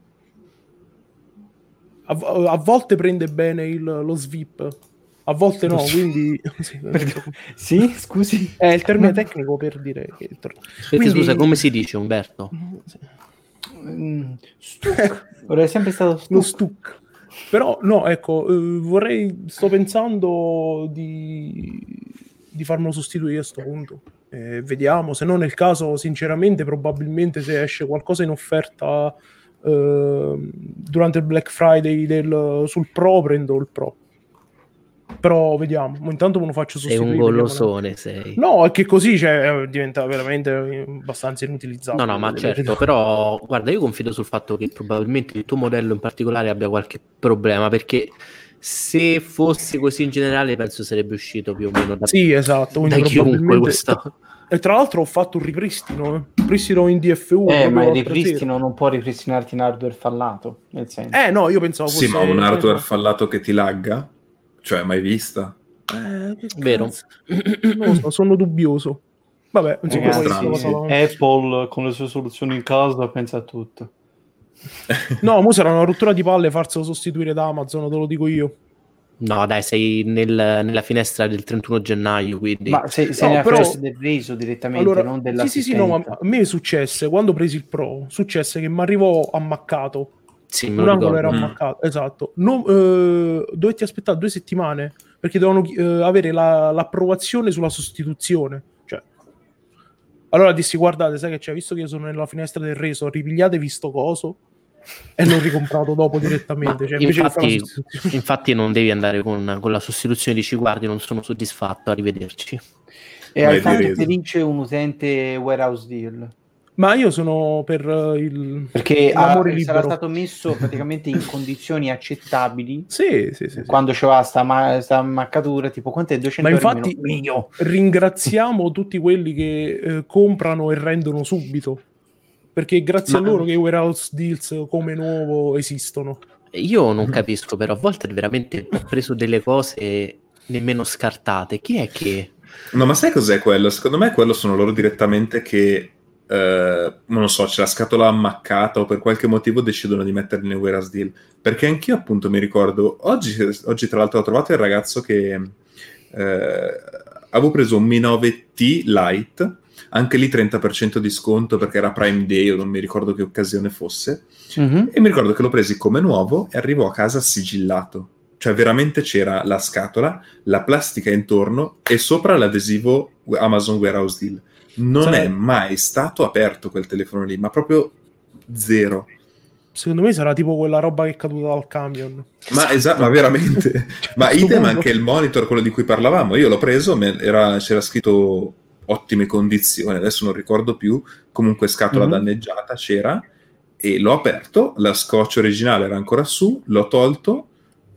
a, a volte prende bene il, lo svip, a volte no, quindi... sì, Sì, scusi. è il termine tecnico per dire che... Aspetta, Quindi- scusa, come si dice, Umberto? Mm, stuc. Vorrei sempre stato lo stuc. stuck. Però no, ecco, eh, vorrei, sto pensando di, di farmelo sostituire a sto punto. Eh, vediamo, se no nel caso, sinceramente, probabilmente se esce qualcosa in offerta eh, durante il Black Friday del, sul Pro, prendo il Pro. Però vediamo, ma intanto me lo faccio Sei sostituire. un vediamo. golosone, sei. No, è che così cioè, diventa veramente abbastanza inutilizzabile. No, no, ma certo, però guarda, io confido sul fatto che probabilmente il tuo modello in particolare abbia qualche problema, perché se fosse così in generale penso sarebbe uscito più o meno da, Sì, esatto. da quindi chiunque probabilmente- questo. E tra l'altro ho fatto un ripristino, eh. ripristino in D F U. Eh, proprio ma il l'altra ripristino non può ripristinarti in hardware fallato, nel senso. sera. Eh no, io pensavo fosse... Sì, ma un hardware che ne fallato che ti lagga? Cioè, mai vista? so. Eh, che Vero. cazzo. Non lo so, sono dubbioso. Vabbè, insomma, Ragazzi, poi strano. questa cosa- Apple con le sue soluzioni in casa pensa a tutto. No, mo sarà una rottura di palle farselo sostituire da Amazon, te lo dico io. No, dai, sei nel- nella finestra del trentuno gennaio, quindi... Ma se, se No, ne ha però- preso del reso direttamente, Allora, non sì, dell'assistenza. sì, sì, no, ma a me successe, quando presi il Pro, successe che mi arrivò ammaccato. Sì, me Un lo angolo ricordo. era Mm. ammaccato, esatto. Non, eh, dovetti aspettare due settimane perché dovevano eh, avere la- l'approvazione sulla sostituzione. Cioè. Allora dissi, guardate, sai che c'è, visto che io sono nella finestra del reso, ripigliatevi sto coso e l'ho ricomprato dopo direttamente. Cioè, invece infatti, che infatti non devi andare con, con la sostituzione, dici guardi non sono soddisfatto, arrivederci. E Ma hai è fatto direso. felice un utente Warehouse Deal? Ma io sono per uh, il Perché l'amore ah, libero. sarà stato messo praticamente in condizioni accettabili. Sì, sì, sì, sì. Quando c'era sta, ma- sta maccatura, tipo quanto è duecento Ma euro in infatti meno? Mio. ringraziamo tutti quelli che eh, comprano e rendono subito, perché è grazie Ma- a loro che i warehouse deals come nuovo esistono. Io non capisco, però a volte veramente ho preso delle cose nemmeno scartate. Chi è che... No, ma sai cos'è quello? Secondo me quello sono loro direttamente che, eh, non so, c'è la scatola ammaccata o per qualche motivo decidono di metterli nel warehouse deal. Perché anch'io appunto mi ricordo, oggi, oggi tra l'altro ho trovato il ragazzo che eh, avevo preso un Mi nove T Lite, anche lì trenta per cento di sconto perché era Prime Day o non mi ricordo che occasione fosse, Mhm. e mi ricordo che l'ho presi come nuovo e arrivò a casa sigillato. Cioè veramente c'era la scatola, la plastica intorno e sopra l'adesivo Amazon Warehouse Deal. Non Sai- è mai stato aperto quel telefono lì, ma proprio zero. Secondo me sarà tipo quella roba che è caduta dal camion. Ma, esa- ma veramente. Ma a sto idem punto. anche il monitor, quello di cui parlavamo. Io l'ho preso, me- era- c'era scritto ottime condizioni, adesso non ricordo più. Comunque scatola Mhm. danneggiata c'era e l'ho aperto, la scotch originale era ancora su, l'ho tolto,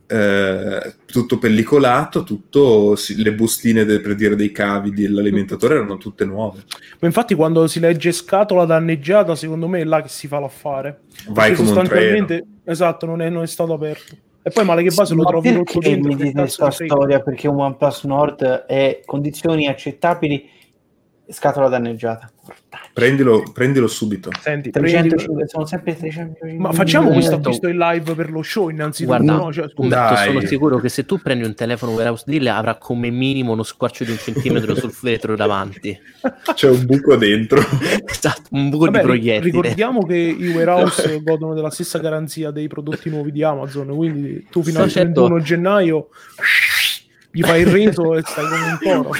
eh, tutto pellicolato, tutto, sì, le bustine de- per dire dei cavi dell'alimentatore erano tutte nuove. Ma infatti quando si legge scatola danneggiata, secondo me è là che si fa l'affare. Vai Perché come un sostanzialmente, esatto, non è, non è stato aperto. E poi male che va se lo Ma trovi rotto perché dentro, mi che dite cazzo questa ti frega? storia? Perché un OnePlus Nord è condizioni accettabili, scatola danneggiata. Prendilo, prendilo subito. Senti, trecentocinquanta, prendi- sono sempre trecentocinquanta. ma facciamo questo Umberto- acquisto in live per lo show innanzitutto, Guarda, no? Cioè, scusa. Umberto, Dai. sono sicuro che se tu prendi un telefono warehouse deal avrà come minimo uno squarcio di un centimetro sul vetro davanti. C'è un buco dentro. Esatto, un buco Vabbè, di ri- proiettile. ricordiamo che i warehouse godono della stessa garanzia dei prodotti nuovi di Amazon, quindi tu fino No, al certo. trentuno gennaio gli fai il reso e stai come un toro.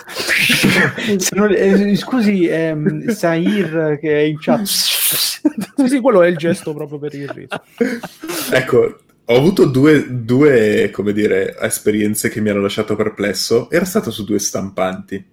Se non- eh, scusi, ehm, Sahir che è in chat. Sì, sì, quello è il gesto proprio per il reso. Ecco, ho avuto due, due, come dire, esperienze che mi hanno lasciato perplesso. Era stato su due stampanti.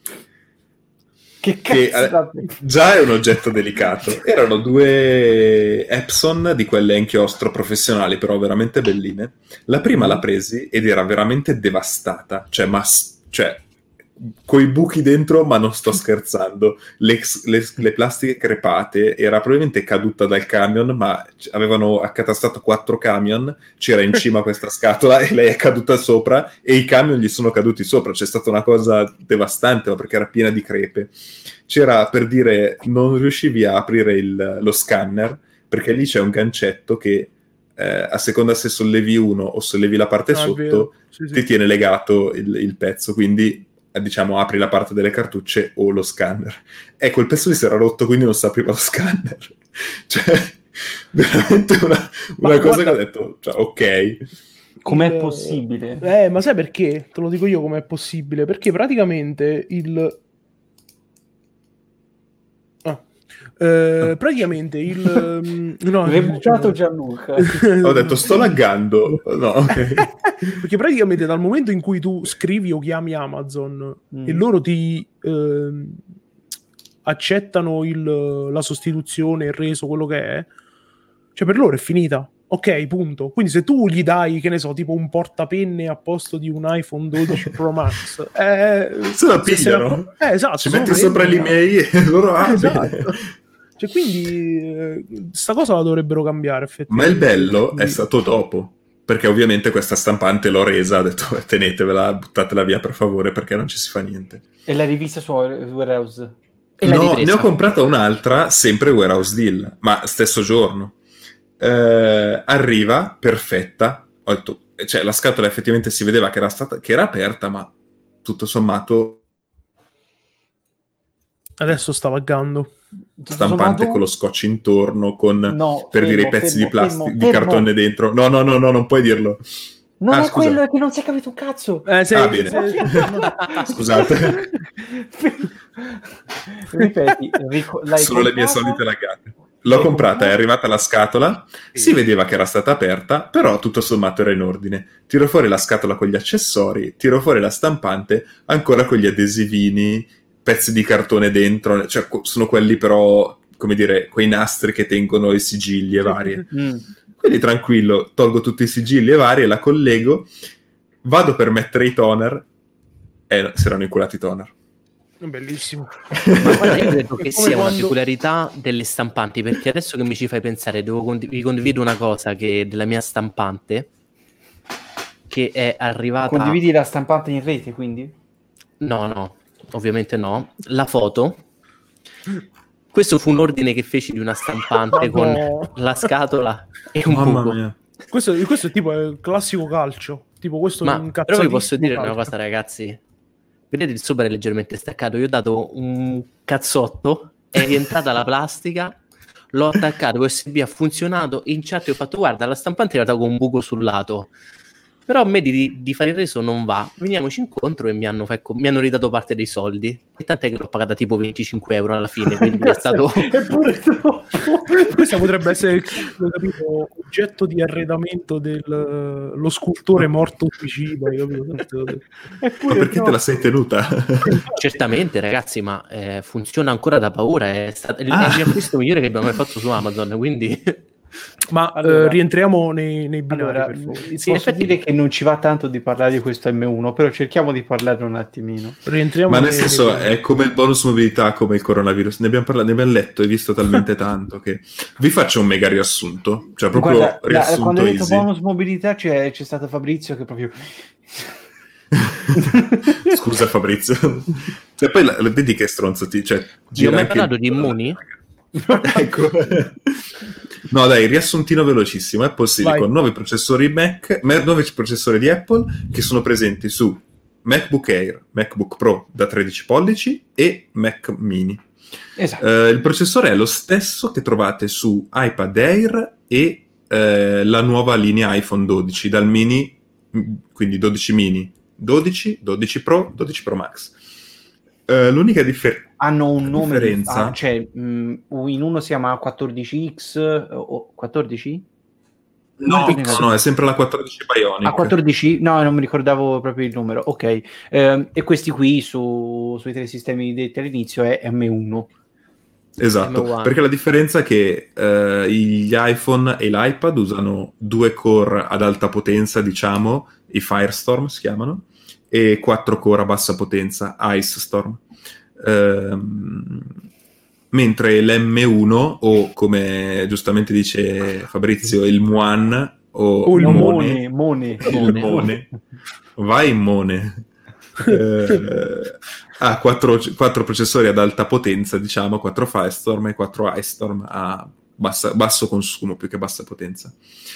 Che Che cazzo eh, da- già è un oggetto delicato. Erano due Epson di quelle a inchiostro professionali, però veramente belline. La prima la presi ed era veramente devastata, cioè, ma s- cioè coi buchi dentro, ma non sto scherzando. Le, le- le plastiche crepate, era probabilmente caduta dal camion, ma c- avevano accatastato quattro camion, c'era in cima questa scatola e lei è caduta sopra e i camion gli sono caduti sopra. C'è stata una cosa devastante, ma perché era piena di crepe. C'era, per dire, non riuscivi a aprire il- lo scanner perché lì c'è un gancetto che eh, a seconda se sollevi uno o sollevi la parte Ah, è sotto vero. Sì, sì. ti tiene legato il, il pezzo, quindi eh, diciamo apri la parte delle cartucce o lo scanner. Ecco, il pezzo lì si era rotto, quindi non si apriva lo scanner. Cioè, veramente una, una Ma cosa guarda- che ho detto, cioè, ok. Com'è Il- possibile? Eh, ma sai perché? Te lo dico io com'è possibile. Perché praticamente il... Ah. Eh, praticamente il... mm, no, Rebuttato diciamo- Gianluca. Ho detto, sto laggando. No, ok. Perché praticamente dal momento in cui tu scrivi o chiami Amazon Mm. e loro ti ehm, accettano il- la sostituzione, il reso, quello che è, cioè per loro è finita. Ok, punto. Quindi se tu gli dai, che ne so, tipo un portapenne a posto di un iPhone dodici Pro Max, eh, Se la se se la- pigliano. eh, esatto, Ci se lo metti sopra prendono. l'email e loro ah, Esatto. bene. Cioè, quindi eh, sta cosa la dovrebbero cambiare Ma effettivamente. il bello è Quindi- stato dopo, perché ovviamente questa stampante l'ho resa, ho detto "Eh, tenetevela, buttatela via per favore perché non ci si fa niente. E la rivista su Warehouse. E l'hai No, ripresa? ne ho comprata un'altra, sempre Warehouse Deal, ma stesso giorno. Eh, arriva, perfetta, ho detto, cioè la scatola effettivamente si vedeva che era, stata, che era aperta, ma tutto sommato Adesso sta laggando. stampante Sommato- con lo scotch intorno, con, No, per fermo, dire i pezzi fermo, di plastica, fermo, di fermo. cartone dentro. No, no, no, no, non puoi dirlo. Non Ah, è scusa. quello, è che non si è capito un cazzo. Eh, se- Ah, bene. se- Scusate. Ripeti, rico- l'hai Sono le mie comprata? solite laggate. L'ho comprata, è arrivata la scatola, si vedeva che era stata aperta, però tutto sommato era in ordine. Tiro fuori la scatola con gli accessori, tiro fuori la stampante, ancora con gli adesivini, pezzi di cartone dentro, cioè sono quelli però, come dire, quei nastri che tengono i sigilli e varie. Mm. Quindi tranquillo, tolgo tutti i sigilli e varie, la collego, vado per mettere i toner, e si erano inculati i toner. Bellissimo. Ma guarda, io credo che sia quando... una peculiarità delle stampanti, perché adesso che mi ci fai pensare, devo condiv- vi condivido una cosa che della mia stampante, che è arrivata... Condividi la stampante in rete, quindi? No, no, ovviamente no. La foto... Questo fu un ordine che feci di una stampante con no. la scatola e un Mamma buco. mia. Questo, questo è tipo il classico calcio. Tipo questo Ma è un però vi posso dire calcio. una cosa, ragazzi. Vedete, il sopra è leggermente staccato. Io ho dato un cazzotto, è rientrata la plastica, l'ho attaccato, U S B ha funzionato. In chat ho fatto, guarda, la stampante è arrivata con un buco sul lato. Però a me di, di fare il reso non va. Veniamoci incontro e mi hanno, ecco, mi hanno ridato parte dei soldi. E tant'è che l'ho pagata tipo venticinque euro alla fine. Quindi è stato... Eppure troppo. Questo potrebbe essere, ho capito, oggetto di arredamento dello scultore morto suicida. Ma perché te la sei tenuta? Certamente, ragazzi, ma eh, funziona ancora da paura. È, stato, è Ah. il mio acquisto migliore che abbiamo mai fatto su Amazon. Quindi... Ma Allora- eh, rientriamo nei, nei binari, Allora, per favore. sì, Sì, posso in effetti- dire che non ci va tanto di parlare di questo M uno, però cerchiamo di parlarne un attimino. Rientriamo Ma nel nei- senso nei- è come il bonus mobilità, come il coronavirus. Ne abbiamo parlato, ne abbiamo letto e visto talmente tanto che vi faccio un mega riassunto. Cioè proprio Guarda, la- riassunto quando hai detto easy. bonus mobilità c'è, c'è stato Fabrizio che proprio... Scusa Fabrizio. Cioè, poi la, la- vedi che stronzo ti... Cioè, Io ho gira mai anche parlato il- di Immuni? Ecco. No dai, riassuntino velocissimo. Apple Silicon, Vai. nuovi processori Mac, me- nuovi processori di Apple che sono presenti su MacBook Air, MacBook Pro da tredici pollici e Mac Mini. Esatto. Eh, il processore è lo stesso che trovate su iPad Air e eh, la nuova linea iPhone dodici, dal mini, quindi dodici mini, dodici, dodici Pro, dodici Pro Max. Eh, l'unica differenza... Hanno un nome, di- differenza- ah, cioè mh, in uno si chiama quattordici X o quattordici? No, No, no, no, è sempre la quattordici Bionic. A quattordici? No, non mi ricordavo proprio il numero. Ok. Ehm, e questi qui su, sui tre sistemi detti all'inizio è M uno. Esatto, M uno. perché la differenza è che eh, gli iPhone e l'iPad usano due core ad alta potenza, diciamo, i Firestorm si chiamano, e quattro core a bassa potenza, Ice Storm. Ehm, mentre l'M uno, o come giustamente dice Fabrizio, il M uno o O il il Mone, Mone, Mone. il Mone, vai in Mone. Eh, ha quattro, quattro processori ad alta potenza, diciamo, quattro Firestorm e quattro Ice Storm a bassa, basso consumo più che bassa potenza.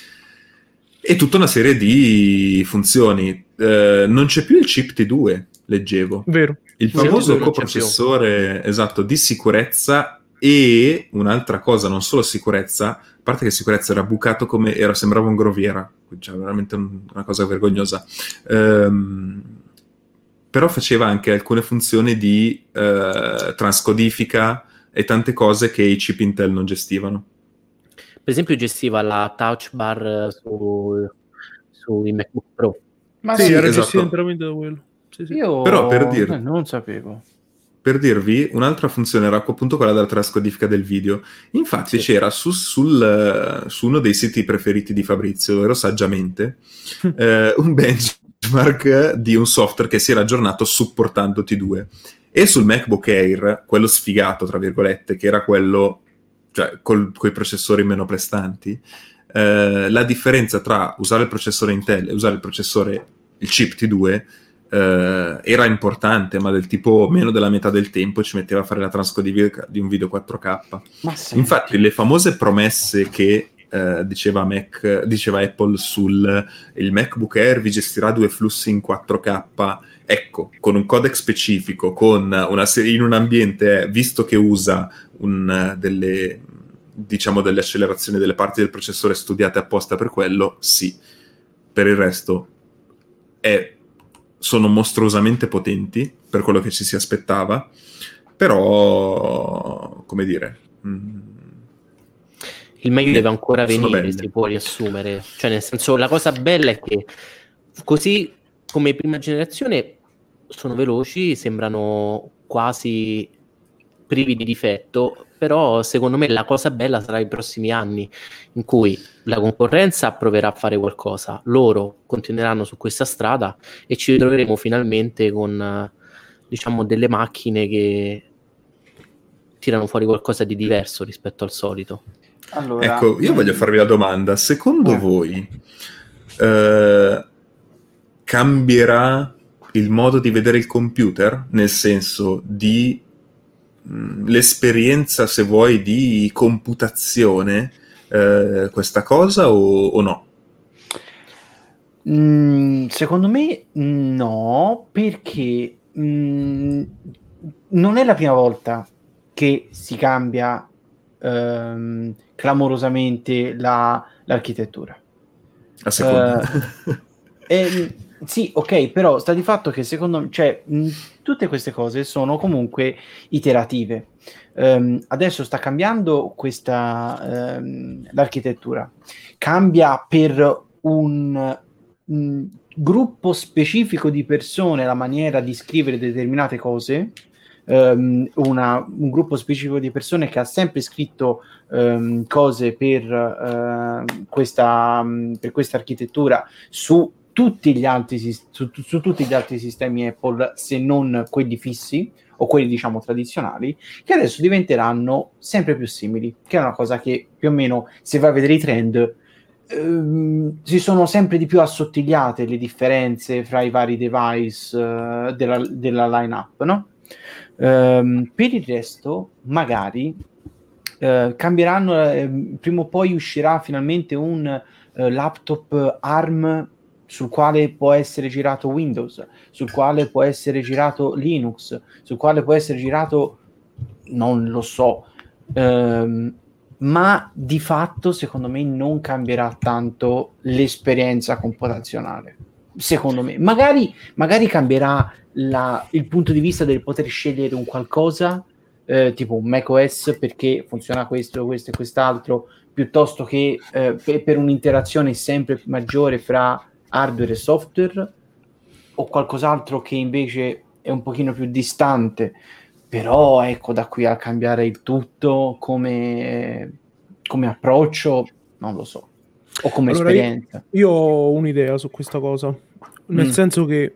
E tutta una serie di funzioni. Eh, non c'è più il chip T due, leggevo. Vero. Il Sì, famoso non c'è coprocessore, esatto, di sicurezza, e un'altra cosa, non solo sicurezza, a parte che sicurezza era bucato come era, sembrava un groviera, cioè veramente un- una cosa vergognosa. Ehm, però faceva anche alcune funzioni di eh, transcodifica e tante cose che i chip Intel non gestivano. Per esempio gestiva la touch bar su, sui MacBook Pro. Ma sì, sì, era esatto. gestito interamente da quello. Sì, sì. io Però per dire- eh, non sapevo. Per dirvi, un'altra funzione era appunto quella della trascodifica del video. Infatti Sì. c'era su, sul, eh, su uno dei siti preferiti di Fabrizio, ovvero Saggiamente, eh, un benchmark di un software che si era aggiornato supportando T due. E sul MacBook Air, quello sfigato, tra virgolette, che era quello, cioè con i processori meno prestanti, eh, la differenza tra usare il processore Intel e usare il processore, il chip T due, eh, era importante, ma del tipo meno della metà del tempo ci metteva a fare la transcodifica di un video quattro K. Ma sì. Infatti le famose promesse che eh, diceva, Mac, diceva Apple sul il MacBook Air vi gestirà due flussi in quattro K, ecco, con un codec specifico, con una serie, in un ambiente, visto che usa un, delle, diciamo, delle accelerazioni delle parti del processore studiate apposta per quello, sì. Per il resto è sono mostruosamente potenti per quello che ci si aspettava, però come dire, mh, Il meglio deve ancora Sono venire, belle. si può riassumere. Cioè, nel senso, la cosa bella è che così come prima generazione sono veloci, sembrano quasi privi di difetto, però secondo me la cosa bella sarà i prossimi anni in cui la concorrenza proverà a fare qualcosa, loro continueranno su questa strada e ci ritroveremo finalmente con, eh, diciamo, delle macchine che tirano fuori qualcosa di diverso rispetto al solito. Allora, Ecco, io voglio farvi la domanda, secondo Eh. voi eh, cambierà il modo di vedere il computer? Nel senso di mh, l'esperienza, se vuoi, di computazione, eh, questa cosa o, o no? Mm, secondo me no, perché mm, non è la prima volta che si cambia ehm, clamorosamente la- l'architettura. A seconda. Eh, sì, ok, però sta di fatto che secondo me, cioè, mh, tutte queste cose sono comunque iterative. Ehm, adesso sta cambiando questa ehm, l'architettura, cambia per un mh, gruppo specifico di persone la maniera di scrivere determinate cose. Ehm, una- un gruppo specifico di persone che ha sempre scritto ehm, cose per, ehm, questa, mh, per questa architettura su tutti gli altri sis- su, su tutti gli altri sistemi Apple, se non quelli fissi o quelli diciamo tradizionali, che adesso diventeranno sempre più simili, che è una cosa che più o meno, se vai a vedere i trend, ehm, si sono sempre di più assottigliate le differenze fra i vari device eh, della, della line-up, no? Ehm, per il resto, magari eh, cambieranno, eh, prima o poi uscirà finalmente un eh, laptop ARM sul quale può essere girato Windows, sul quale può essere girato Linux, sul quale può essere girato, non lo so, ehm, ma di fatto secondo me non cambierà tanto l'esperienza computazionale. Secondo me, magari, magari cambierà la- il punto di vista del poter scegliere un qualcosa, eh, tipo un macOS perché funziona questo, questo e quest'altro, piuttosto che eh, per, per un'interazione sempre maggiore fra hardware e software, o qualcos'altro che invece è un pochino più distante. Però ecco, da qui a cambiare il tutto come, come approccio, non lo so, o come Allora, esperienza. Io, io ho un'idea su questa cosa, nel Mm. senso che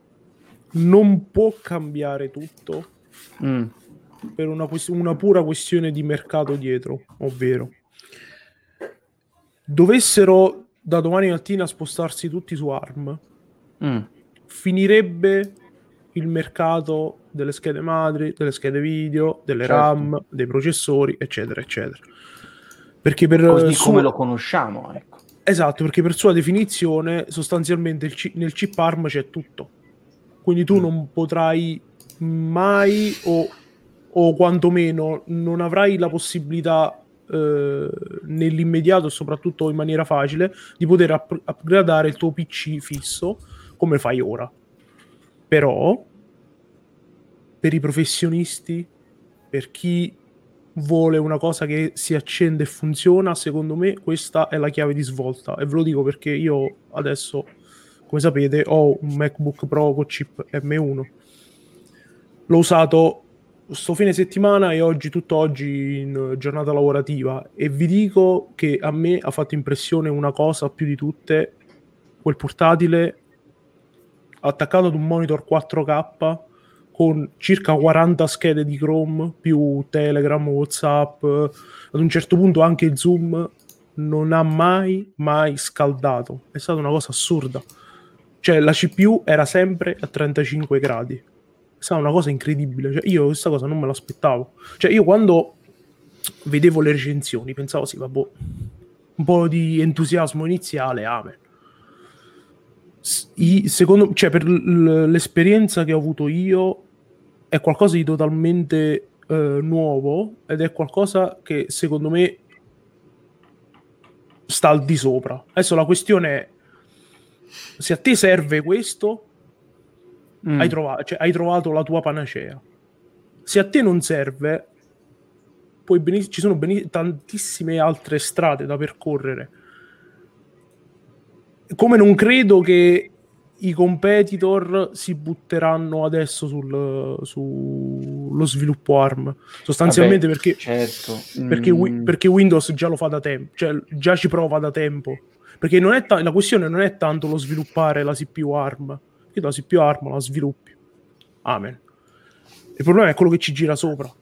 non può cambiare tutto Mm. per una, quest- una pura questione di mercato dietro, ovvero dovessero da domani mattina spostarsi tutti su ARM, Mm. finirebbe il mercato delle schede madri, delle schede video, delle Certo. RAM, dei processori, eccetera, eccetera. Perché per Così suo- come lo conosciamo, ecco. Esatto, perché per sua definizione sostanzialmente il ci- nel chip ARM c'è tutto. Quindi tu non potrai mai o, o quantomeno non avrai la possibilità eh, nell'immediato, soprattutto in maniera facile, di poter up- upgradare il tuo P C fisso come fai ora. Però per i professionisti, per chi vuole una cosa che si accende e funziona, secondo me questa è la chiave di svolta, e ve lo dico perché io adesso, come sapete, ho un MacBook Pro con chip M uno. L'ho usato sto fine settimana e oggi, tutto oggi in giornata lavorativa, e vi dico che a me ha fatto impressione una cosa più di tutte: quel portatile attaccato ad un monitor quattro K con circa quaranta schede di Chrome più Telegram, WhatsApp, ad un certo punto anche Zoom, non ha mai mai scaldato. È stata una cosa assurda. Cioè la C P U era sempre a trentacinque gradi. È stata una cosa incredibile. Cioè, io questa cosa non me l'aspettavo. Cioè io quando vedevo le recensioni pensavo sì, vabbè, un po' di entusiasmo iniziale, amen. I, secondo, cioè per l- l'esperienza che ho avuto io è qualcosa di totalmente eh, nuovo, ed è qualcosa che secondo me sta al di sopra. Adesso la questione è: se a te serve questo, Mm. hai, trova- cioè, hai trovato la tua panacea. Se a te non serve, puoi beniss- ci sono beniss- tantissime altre strade da percorrere. Come non credo che i competitor si butteranno adesso sul, sullo sviluppo A R M, sostanzialmente. Vabbè, perché, certo. perché, mm. perché Windows già lo fa da tempo, cioè già ci prova da tempo, perché non è ta- la questione non è tanto lo sviluppare la C P U A R M, che la C P U A R M la sviluppi, amen. Il problema è quello che ci gira sopra.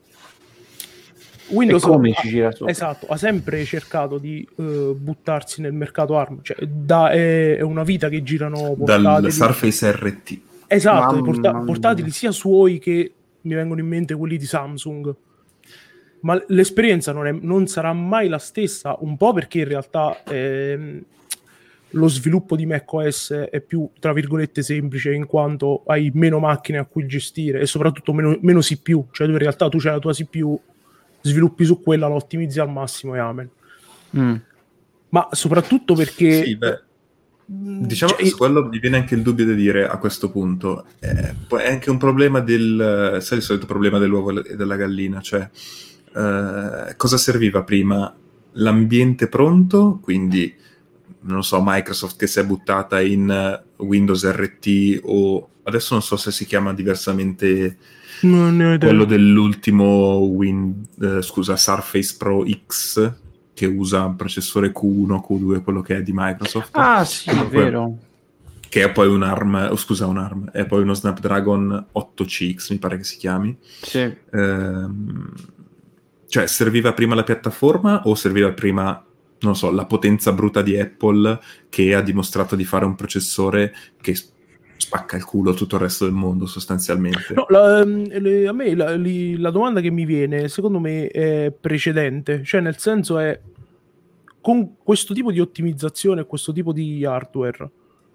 Windows e come ha, ci gira sopra. Esatto, ha sempre cercato di uh, buttarsi nel mercato A R M, cioè da, è, è una vita che girano portatili. Dal Surface R T. Esatto, Mamma porta- portatili sia suoi che mi vengono in mente quelli di Samsung. Ma l'esperienza non, è, non sarà mai la stessa, un po' perché in realtà ehm, lo sviluppo di macOS è più, tra virgolette, semplice, in quanto hai meno macchine a cui gestire e soprattutto meno, meno C P U, cioè tu in realtà tu c'hai la tua C P U, sviluppi su quella, la ottimizzi al massimo e amen. Mm. Ma soprattutto perché sì, beh, diciamo cioè, che su quello mi viene anche il dubbio di dire a questo punto eh, è anche un problema del sai il solito problema dell'uovo e della gallina, cioè eh, cosa serviva prima? L'ambiente pronto, quindi non so, Microsoft che si è buttata in Windows R T o adesso non so se si chiama diversamente quello dell'ultimo Win, eh, scusa, Surface Pro X che usa un processore Q uno, Q due, quello che è di Microsoft. Ah sì, è vero. Che è poi un ARM, oh, scusa, un ARM, è poi uno Snapdragon otto C X, mi pare che si chiami. Sì. Ehm, cioè, serviva prima la piattaforma o serviva prima, non so, la potenza bruta di Apple che ha dimostrato di fare un processore che spacca il culo a tutto il resto del mondo sostanzialmente? No, la, le, a me la, li, la domanda che mi viene secondo me è precedente, cioè nel senso è con questo tipo di ottimizzazione, questo tipo di hardware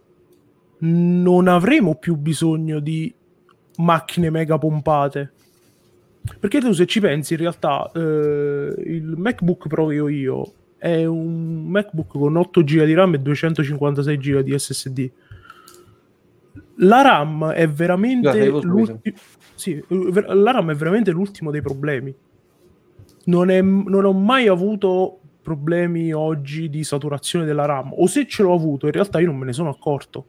non avremo più bisogno di macchine mega pompate, perché tu se ci pensi in realtà eh, il MacBook Pro che ho io è un MacBook con otto giga di RAM e duecentocinquantasei giga di S S D. La RAM è veramente l'ultimo, sì, la RAM è veramente l'ultimo dei problemi. Non, è, non ho mai avuto problemi oggi di saturazione della RAM, o se ce l'ho avuto in realtà io non me ne sono accorto.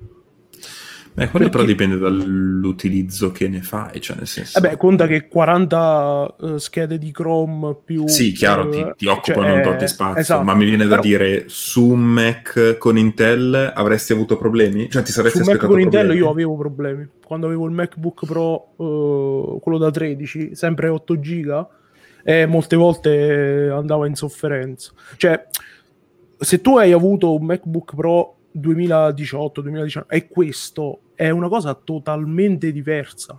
Beh, quello però dipende dall'utilizzo che ne fai, cioè nel senso... Eh beh, conta che quaranta uh, schede di Chrome più... Sì, chiaro, uh, ti, ti occupano cioè, un po' di spazio, esatto. Ma mi viene da però, dire, su un Mac con Intel avresti avuto problemi? Cioè ti saresti su un Mac con problemi? Intel io avevo problemi. Quando avevo il MacBook Pro, uh, quello da tredici, sempre otto giga, e molte volte andava in sofferenza. Cioè, se tu hai avuto un MacBook Pro duemiladiciotto duemiladiciannove e questo è una cosa totalmente diversa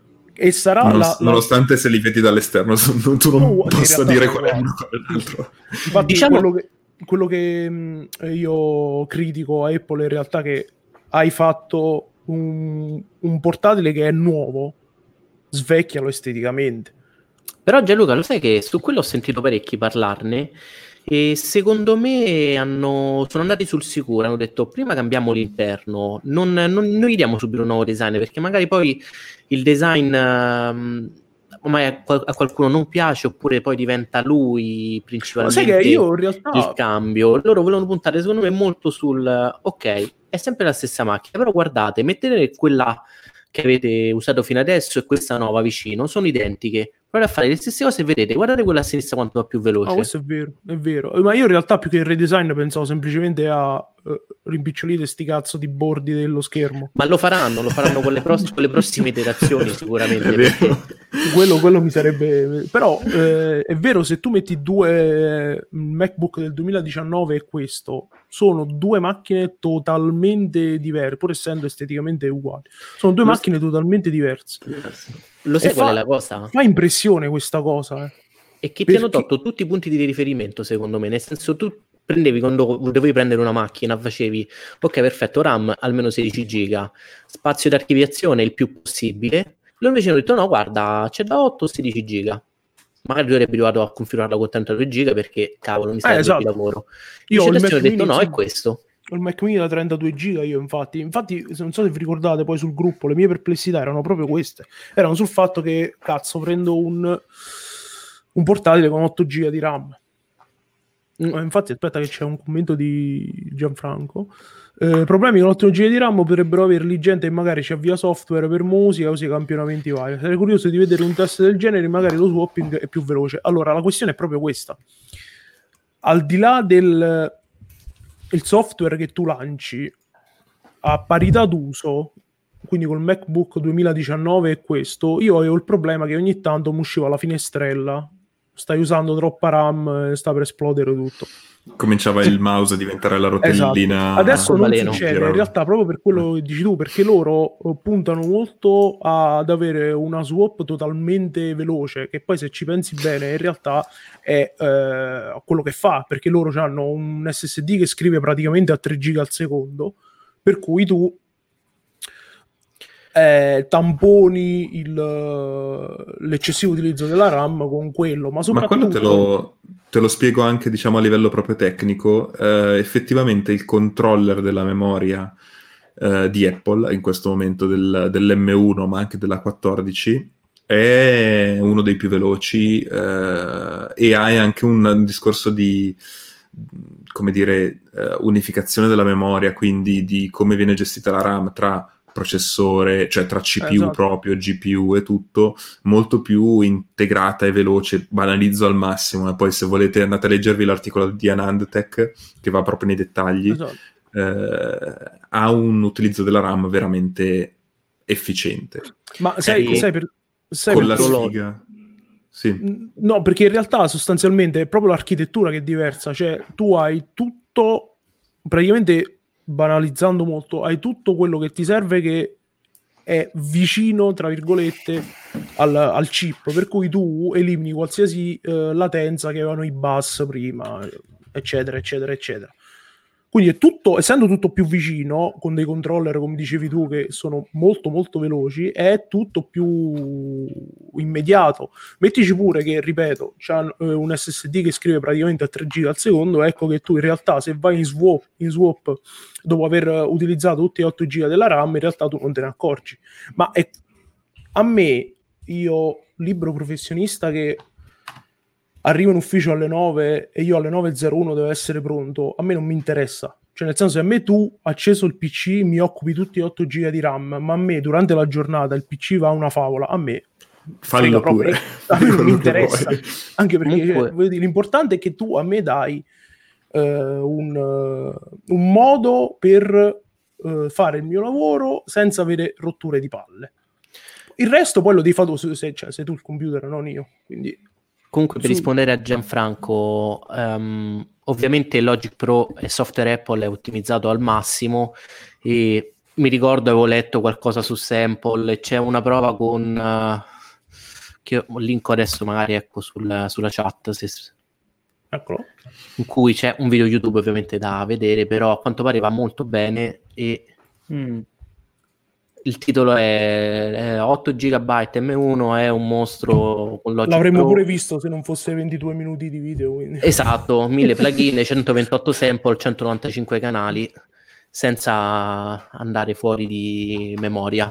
e sarà non, la, nonostante la... se li vedi dall'esterno tu non oh, possa dire qual è uno qual è l'altro. Infatti diciamo... quello che, quello che mh, io critico a Apple in realtà che hai fatto un, un portatile che è nuovo, svecchialo esteticamente. Però Gianluca, lo sai che su quello ho sentito parecchi parlarne e secondo me hanno, sono andati sul sicuro, hanno detto prima cambiamo l'interno, non, non, non gli diamo subito un nuovo design perché magari poi il design um, ormai a, a qualcuno non piace oppure poi diventa lui principalmente sai che io in realtà... il cambio. Loro volevano puntare secondo me molto sul ok, è sempre la stessa macchina, però guardate, mettete quella che avete usato fino adesso e questa nuova vicino, sono identiche, provate a fare le stesse cose e vedete, guardate quella a sinistra quanto va più veloce. Ah, questo è vero, è vero, ma io in realtà più che il redesign pensavo semplicemente a uh, rimpicciolire sti cazzo di bordi dello schermo. Ma lo faranno, lo faranno con le, pross- con le prossime iterazioni sicuramente, perché... quello, quello mi sarebbe... però eh, è vero, se tu metti due MacBook del duemiladiciannove e questo, sono due macchine totalmente diverse, pur essendo esteticamente uguali, sono due lo macchine s- totalmente diverse. Lo sai e qual fa, è la cosa? Fa impressione questa cosa, eh. E che perché... ti hanno tolto tutti i punti di riferimento, secondo me, nel senso tu prendevi quando dovevi prendere una macchina, facevi ok, perfetto, RAM almeno sedici giga, spazio di archiviazione il più possibile. Loro invece hanno detto no, guarda, c'è da otto a sedici giga. Magari tu eri abituato a configurarla con trentadue giga perché cavolo mi serve eh, esatto. di lavoro. Io ho detto no, è questo. Il Mac Mini da trentadue giga io infatti, infatti non so se vi ricordate poi sul gruppo le mie perplessità erano proprio queste, erano sul fatto che cazzo prendo un un portatile con otto giga di RAM. Mm. Infatti aspetta che c'è un commento di Gianfranco. Eh, problemi con otto giga di RAM potrebbero averli gente che magari ci avvia software per musica, usi campionamenti vari. Sarei curioso di vedere un test del genere, magari lo swapping è più veloce. Allora la questione è proprio questa: al di là del il software che tu lanci a parità d'uso, quindi col MacBook duemiladiciannove e questo, io avevo il problema che ogni tanto mi usciva la finestrella, stai usando troppa RAM, sta per esplodere tutto. Cominciava il mouse a diventare la rotellina. Esatto. Adesso non baleno. Succede in realtà proprio per quello che dici tu, perché loro puntano molto ad avere una swap totalmente veloce, che poi se ci pensi bene in realtà è eh, quello che fa, perché loro hanno un S S D che scrive praticamente a tre giga al secondo, per cui tu Eh, tamponi il, l'eccessivo utilizzo della RAM con quello, ma soprattutto... Ma quello te lo, te lo spiego anche, diciamo, a livello proprio tecnico. Eh, effettivamente il controller della memoria eh, di Apple, in questo momento del, dell'M uno, ma anche della quattordici, è uno dei più veloci eh, e hai anche un, un discorso di, come dire, uh, unificazione della memoria, quindi di come viene gestita la RAM tra processore, cioè tra C P U esatto. proprio, G P U e tutto, molto più integrata e veloce. Banalizzo al massimo, e poi se volete andate a leggervi l'articolo di AnandTech che va proprio nei dettagli. Esatto. eh, ha un utilizzo della RAM veramente efficiente. Ma sai, sai, per, sai con per la sfiga sì. No, perché in realtà sostanzialmente è proprio l'architettura che è diversa, cioè tu hai tutto praticamente, banalizzando molto, hai tutto quello che ti serve che è vicino, tra virgolette, al, al chip, per cui tu elimini qualsiasi eh, latenza che avevano i bus prima, eccetera, eccetera, eccetera. Quindi è tutto, essendo tutto più vicino, con dei controller, come dicevi tu, che sono molto molto veloci, è tutto più immediato. Mettici pure che, ripeto, c'ha un S S D che scrive praticamente a tre giga al secondo, ecco che tu in realtà se vai in swap, in swap dopo aver utilizzato tutti e otto giga della RAM, in realtà tu non te ne accorgi. Ma è, a me, io, libero professionista che arrivo in ufficio alle nove e io alle nove e zero uno devo essere pronto, a me non mi interessa. Cioè, nel senso, a me tu, acceso il P C, mi occupi tutti otto giga di RAM, ma a me durante la giornata il P C va una favola, a me fallo pure. A me non mi interessa. Anche perché cioè, voglio dire, l'importante è che tu a me dai uh, un, uh, un modo per uh, fare il mio lavoro senza avere rotture di palle. Il resto poi lo devi fare tu, se, cioè, sei tu il computer, non io. Quindi... Comunque, per rispondere a Gianfranco, um, ovviamente Logic Pro e software Apple è ottimizzato al massimo, e mi ricordo avevo letto qualcosa su Sample e c'è una prova con uh, che linko adesso magari ecco sul, sulla chat se, Eccolo. in cui c'è un video YouTube ovviamente da vedere, però a quanto pare va molto bene e mm, il titolo è, è otto giga M uno, è un mostro con Logic L'avremmo Pro. Pure visto se non fosse ventidue minuti di video, quindi. Esatto, mille plugin, centoventotto sample, centonovantacinque canali senza andare fuori di memoria.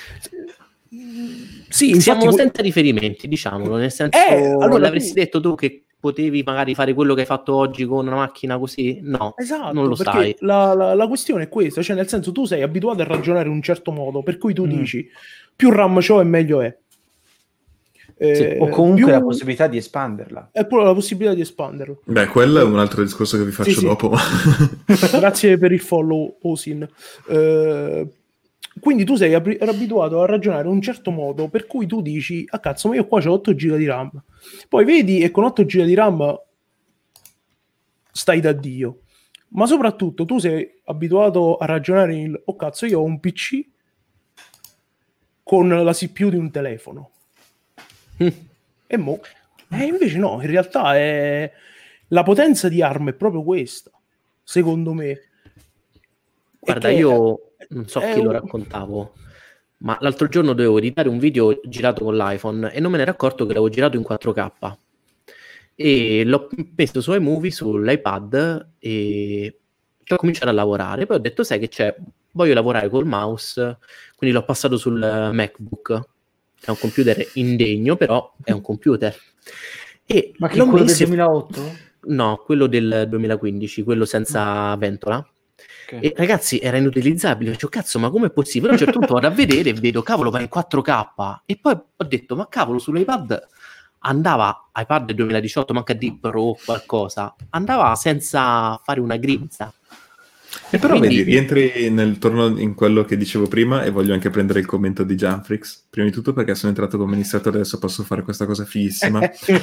Sì, infatti, siamo senza riferimenti, diciamolo, nel senso eh, allora l'avresti tu... detto tu che potevi magari fare quello che hai fatto oggi con una macchina così? No, esatto, non lo sai. La, la, la questione è questa, cioè nel senso tu sei abituato a ragionare in un certo modo, per cui tu mm. dici più RAM c'ho e meglio è. Eh, sì, o comunque più... la possibilità di espanderla. È pure la possibilità di espanderla. Beh, quello è un altro discorso che vi faccio sì, dopo. Sì. Grazie per il follow, Osin. Eh, quindi tu sei ab- abituato a ragionare in un certo modo, per cui tu dici, ah cazzo, ma io qua c'ho otto giga di RAM. Poi vedi e con otto giga di RAM stai da Dio. Ma soprattutto tu sei abituato a ragionare in, oh cazzo, io ho un P C con la C P U di un telefono. Mm. E mo? Eh, invece no, in realtà è... la potenza di ARM è proprio questa, secondo me. Guarda, io non so chi un... lo raccontavo, ma l'altro giorno dovevo editare un video girato con l'iPhone e non me ne ero accorto che l'avevo girato in quattro K e l'ho messo su iMovie sull'iPad e ho cominciato a lavorare. Poi ho detto, sai che c'è, voglio lavorare col mouse, quindi l'ho passato sul MacBook. È un computer indegno, però è un computer. E Ma che l'ho quello del messo e- duemilaotto? No, quello del duemilaquindici, quello senza ventola. Ok. E ragazzi, era inutilizzabile. Cioè, cazzo, ma com'è possibile? Però a un certo punto vado a vedere e vedo, cavolo, va in quattro K. E poi ho detto, ma cavolo, sull'iPad andava, iPad duemiladiciotto, manca di Pro o qualcosa, andava senza fare una grinza. E però Quindi- vedi, rientri nel torno in quello che dicevo prima, e voglio anche prendere il commento di Gianfrix, prima di tutto perché sono entrato come amministratore, adesso posso fare questa cosa fighissima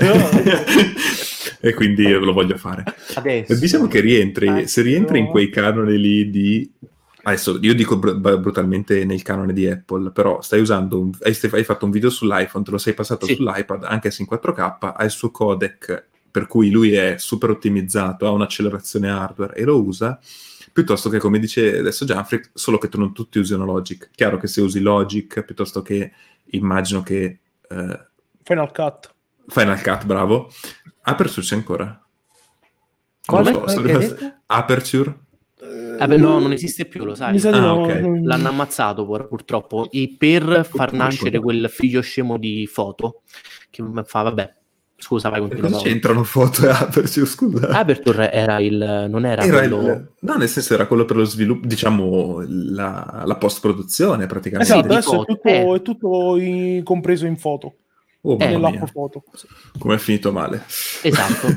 e quindi lo voglio fare. Adesso. E diciamo che rientri, Ah, se rientri in no. quei canoni lì di... Adesso io dico br- br- brutalmente nel canone di Apple, però stai usando un... hai, hai fatto un video sull'iPhone, te lo sei passato Sì. sull'iPad, anche se in quattro K, ha il suo codec, per cui lui è super ottimizzato, ha un'accelerazione hardware e lo usa, piuttosto che, come dice adesso Gianfric, solo che tu non tutti usano Logic. Chiaro che se usi Logic, piuttosto che, immagino che... Eh, Final Cut. Final Cut, bravo. Aperture c'è ancora? Quale? Non lo so, Quale che hai detto? Aperture? Eh, beh, no, non esiste più, lo sai. Mi sa di Ah, no, ok. non- L'hanno ammazzato pur- purtroppo e per far nascere quel figlio scemo di foto che fa, vabbè, scusa, vai, E continua. cosa Paolo. c'entrano foto e Aperture, scusa? Aperture era il, non era, Era quello... il- no, nel senso era quello per lo sviluppo, diciamo, la, la post-produzione praticamente. Esatto, di adesso è foto, tutto, eh. è tutto in- compreso in foto, Oh, mamma nell'app mia, foto. come è finito male. Esatto.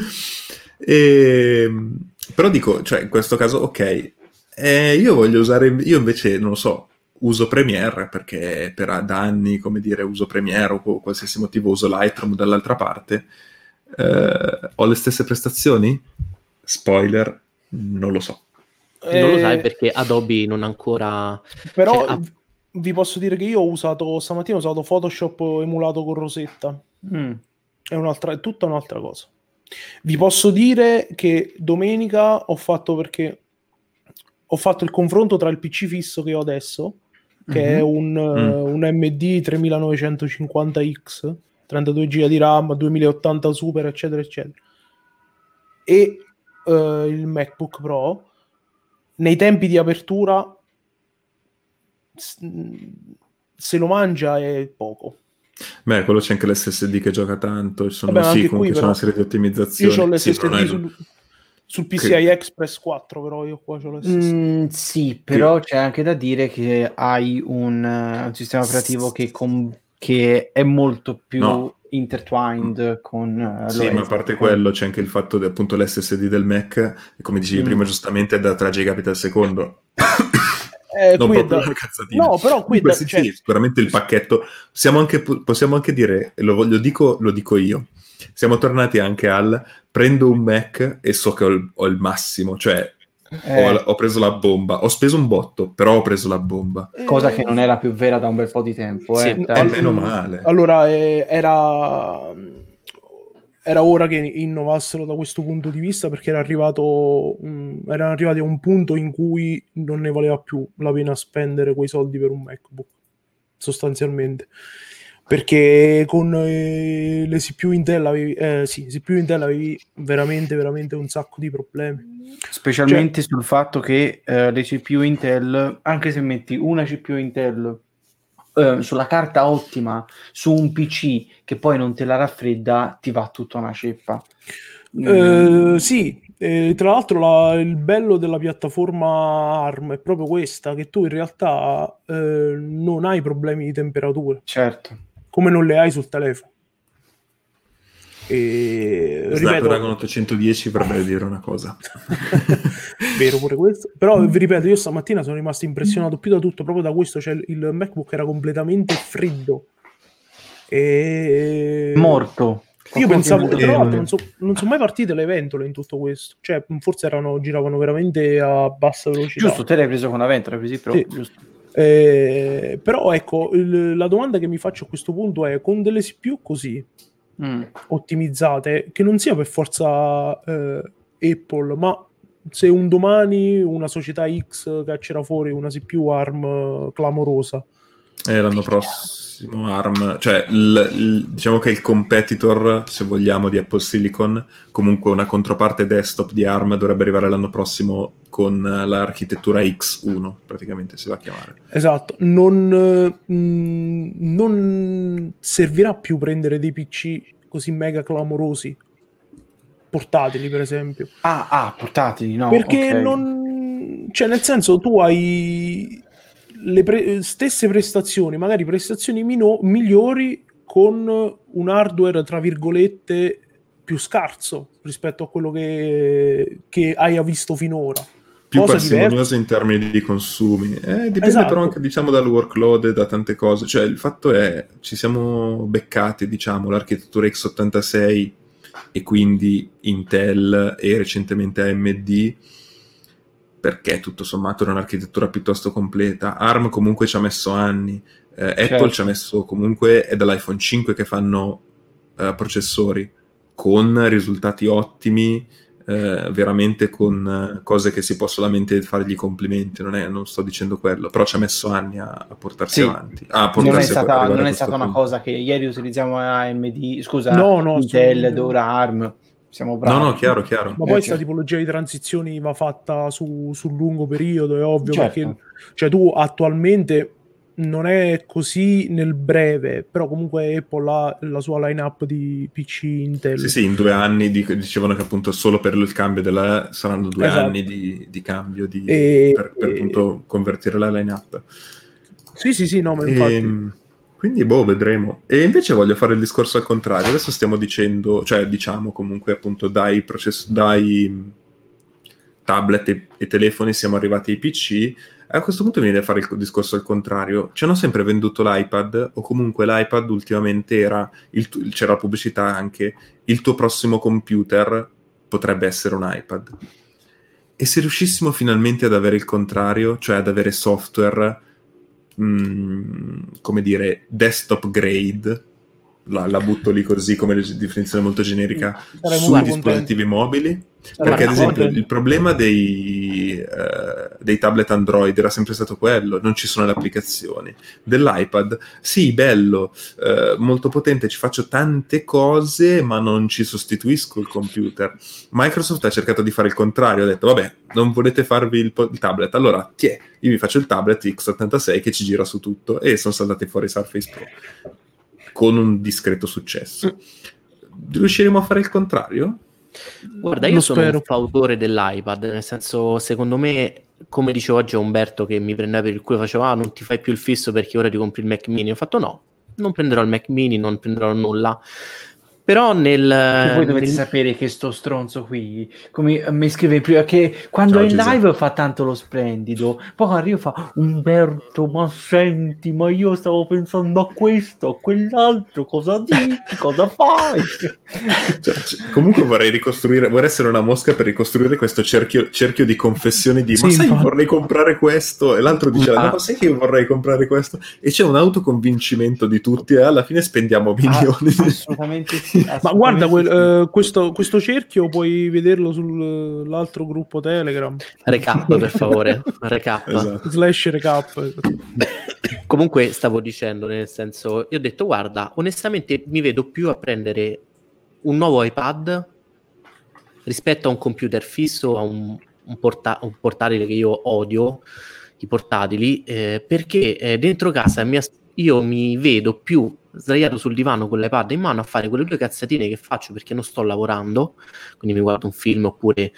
E, però dico, cioè, in questo caso, ok, eh, io voglio usare, io invece, non lo so, uso Premiere perché per da anni, come dire, uso Premiere o per qualsiasi motivo uso Lightroom dall'altra parte. Eh, ho le stesse prestazioni? Spoiler, non lo so. Non lo sai Eh, perché Adobe non ha ancora... Però cioè, ha- vi posso dire che io ho usato, stamattina ho usato Photoshop emulato con Rosetta. Mm. È, un'altra, è tutta un'altra cosa. Vi posso dire che domenica ho fatto perché ho fatto il confronto tra il P C fisso che ho adesso, che Mhm. è un, Mm. uh, un A M D tremilanovecentocinquanta X, trentadue giga di RAM, duemilaottanta Super, eccetera, eccetera, e uh, il MacBook Pro, nei tempi di apertura s- se lo mangia è poco. Beh, quello c'è anche l'S S D che gioca tanto, ci sono, Vabbè, sì, anche comunque qui, c'è una però, serie di ottimizzazioni. io ho l'S Sì, S D non è- sul, sul P C I che- Express quattro, però io qua ho l'S S D. Mm, sì, però c'è anche da dire che hai un, eh, un sistema operativo che, com- che è molto più No. intertwined con eh, Sì, l'O S. ma a parte quello c'è anche il fatto di appunto l'S S D del Mac, e come dicevi Mm. prima giustamente, è da tre gigabit al secondo. Eh, Non qui è proprio da- una cazzatina. No, però qui è Comunque da- sì, cioè- sì, sicuramente il pacchetto. Possiamo anche, possiamo anche dire, e lo, voglio- dico, lo dico io, siamo tornati anche al prendo un Mac e so che ho il, ho il massimo, cioè Eh, ho, ho preso la bomba, ho speso un botto, però ho preso la bomba. cosa Eh, che non era più vera da un bel po' di tempo. Sì. Eh. E Dai. meno male. Allora, eh, era era ora che innovassero da questo punto di vista, perché era arrivato um, erano arrivati a un punto in cui non ne valeva più la pena spendere quei soldi per un MacBook, sostanzialmente, perché con eh, le C P U Intel avevi, eh, sì, C P U Intel avevi veramente veramente un sacco di problemi. Specialmente sul fatto che eh, le C P U Intel, anche se metti una C P U Intel eh, sulla carta ottima su un P C che poi non te la raffredda, ti va tutta una ceppa. Mm. Eh, sì, eh, tra l'altro la- il bello della piattaforma ARM è proprio questa, che tu in realtà eh, non hai problemi di temperatura, Certo. come non le hai sul telefono. E Snapdragon ripeto, ottocentodieci vorrebbe dire una cosa. vero pure questo, però vi ripeto, io stamattina sono rimasto impressionato più da tutto, proprio da questo, cioè il, il MacBook era completamente freddo e Morto. io Qualcuno pensavo, che- tra l'altro non, so, non sono mai partite le ventole in tutto questo, cioè forse erano, giravano veramente a bassa velocità. Giusto, te l'hai preso con la ventola, l'hai presi Pro, Sì. giusto. Eh, però ecco, il- la domanda che mi faccio a questo punto è: con delle C P U così Mm. ottimizzate, che non sia per forza eh, Apple, ma se un domani una società X caccerà fuori una C P U ARM eh, clamorosa, E l'anno prossimo ARM, cioè il- il- diciamo che il competitor, se vogliamo, di Apple Silicon, comunque una controparte desktop di ARM dovrebbe arrivare l'anno prossimo con l'architettura X uno, praticamente si va a chiamare. esatto, non, eh, mh, non servirà più prendere dei P C così mega clamorosi. Portatili, per esempio. Ah, ah, portatili, no. Perché okay. non... Cioè, nel senso, tu hai le pre- stesse prestazioni, magari prestazioni mino- migliori con un hardware, tra virgolette, più scarso rispetto a quello che, che hai visto finora. Più Cosa parsimonioso diversa. in termini di consumi. Eh, dipende Esatto. però anche, diciamo, dal workload e da tante cose. Cioè, il fatto è, ci siamo beccati, diciamo, l'architettura x ottantasei e quindi Intel e recentemente A M D, perché tutto sommato era un'architettura piuttosto completa. ARM comunque ci ha messo anni, eh, Apple Certo. ci ha messo comunque, è dall'iPhone cinque che fanno eh, processori con risultati ottimi, eh, veramente con eh, cose che si può solamente fargli i complimenti, non, è, non sto dicendo quello, però ci ha messo anni a, a portarsi Sì. avanti. A Non è portarsi a stata, arrivare non a è questo stata una punto. cosa che ieri utilizziamo A M D, scusa, No, no, Intel, assolutamente. ora ARM. Siamo bravi. No, no, chiaro, chiaro. Ma Eh, poi cioè. questa tipologia di transizioni va fatta su, sul lungo periodo, è ovvio, Certo. perché cioè, tu attualmente non è così nel breve, però comunque Apple ha la sua line-up di P C Intel. Sì, sì, in due anni di- dicevano che appunto solo per il cambio della saranno due Esatto. anni di, di cambio di, E- per, per appunto convertire la line-up. Sì, sì, sì, no, ma infatti... E, quindi, boh, vedremo. E invece voglio fare il discorso al contrario. Adesso stiamo dicendo, cioè diciamo comunque appunto dai, process- dai tablet e, e telefoni siamo arrivati ai P C. A questo punto mi viene a fare il discorso al contrario. Ci hanno sempre venduto l'iPad, o comunque l'iPad ultimamente era, il tu- c'era la pubblicità anche, il tuo prossimo computer potrebbe essere un iPad. E se riuscissimo finalmente ad avere il contrario, cioè ad avere software, mh, come dire, desktop grade, la, la butto lì così come definizione molto generica, Sarei sui molto dispositivi contento. mobili. Sarei Perché ad molto esempio contento. il problema dei, eh, dei tablet Android era sempre stato quello, non ci sono le applicazioni. Dell'iPad, sì, bello, eh, molto potente, ci faccio tante cose, ma non ci sostituisco il computer. Microsoft ha cercato di fare il contrario, ha detto, vabbè, non volete farvi il, po- il tablet, allora, tiè, io vi faccio il tablet x ottantasei che ci gira su tutto, e sono saltati fuori Surface Pro, con un discreto successo. Riusciremo a fare il contrario? Guarda, io Lo sono spero. un fautore dell'iPad, nel senso, secondo me, come dicevo oggi a Umberto che mi prendeva per il culo, faceva, ah, non ti fai più il fisso perché ora ti compri il Mac Mini. Ho fatto no, non prenderò il Mac Mini, non prenderò nulla. Però nel... Che voi dovete nel- sapere che sto stronzo qui, come mi scrive prima, che quando Ciao, è in Giuseppe. live fa tanto lo splendido, poi quando arrivo fa, Umberto, ma senti, ma io stavo pensando a questo, a quell'altro, cosa dici, cosa fai? Cioè, c- comunque vorrei ricostruire, vorrei essere una mosca per ricostruire questo cerchio, cerchio di confessioni di ma Sì, sai, infatti. vorrei comprare questo, e l'altro dice Ma- no, ma sai che io vorrei comprare questo, e c'è un autoconvincimento di tutti e alla fine spendiamo milioni. Ah, assolutamente sì. Ma guarda, quel- assolutamente eh, questo, questo cerchio puoi vederlo sull'altro gruppo Telegram. Recap, per favore, recap. Esatto. Slash recap. Comunque stavo dicendo, nel senso, io ho detto, guarda, onestamente mi vedo più a prendere un nuovo iPad rispetto a un computer fisso, a un, un, porta- un portatile che io odio, i portatili, eh, perché eh, dentro casa mi as- io mi vedo più sdraiato sul divano con l'iPad in mano a fare quelle due cazzatine che faccio perché non sto lavorando, quindi mi guardo un film oppure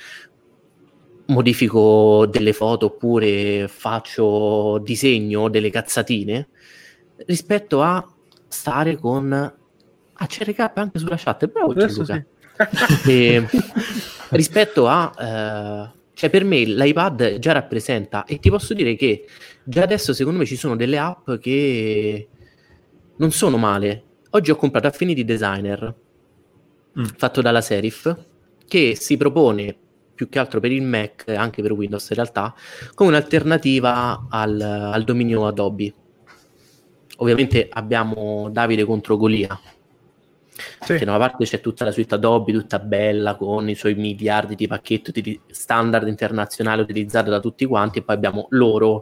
modifico delle foto oppure faccio disegno delle cazzatine, rispetto a stare con ah c'è recap anche sulla chat, bravo Adesso Gianluca. sì. E, rispetto a eh, cioè per me l'iPad già rappresenta, e ti posso dire che già adesso secondo me ci sono delle app che non sono male. Oggi ho comprato Affinity Designer Mm. fatto dalla Serif, che si propone più che altro per il Mac e anche per Windows in realtà come un'alternativa al, al dominio Adobe. Ovviamente abbiamo Davide contro Golia, Sì. che da una parte c'è tutta la suite Adobe tutta bella con i suoi miliardi di pacchetti utili- standard internazionali utilizzati da tutti quanti, e poi abbiamo loro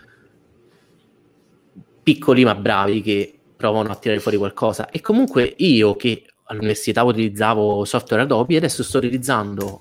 piccoli ma bravi che provano a tirare fuori qualcosa. E comunque io che all'università utilizzavo software Adobe, adesso sto utilizzando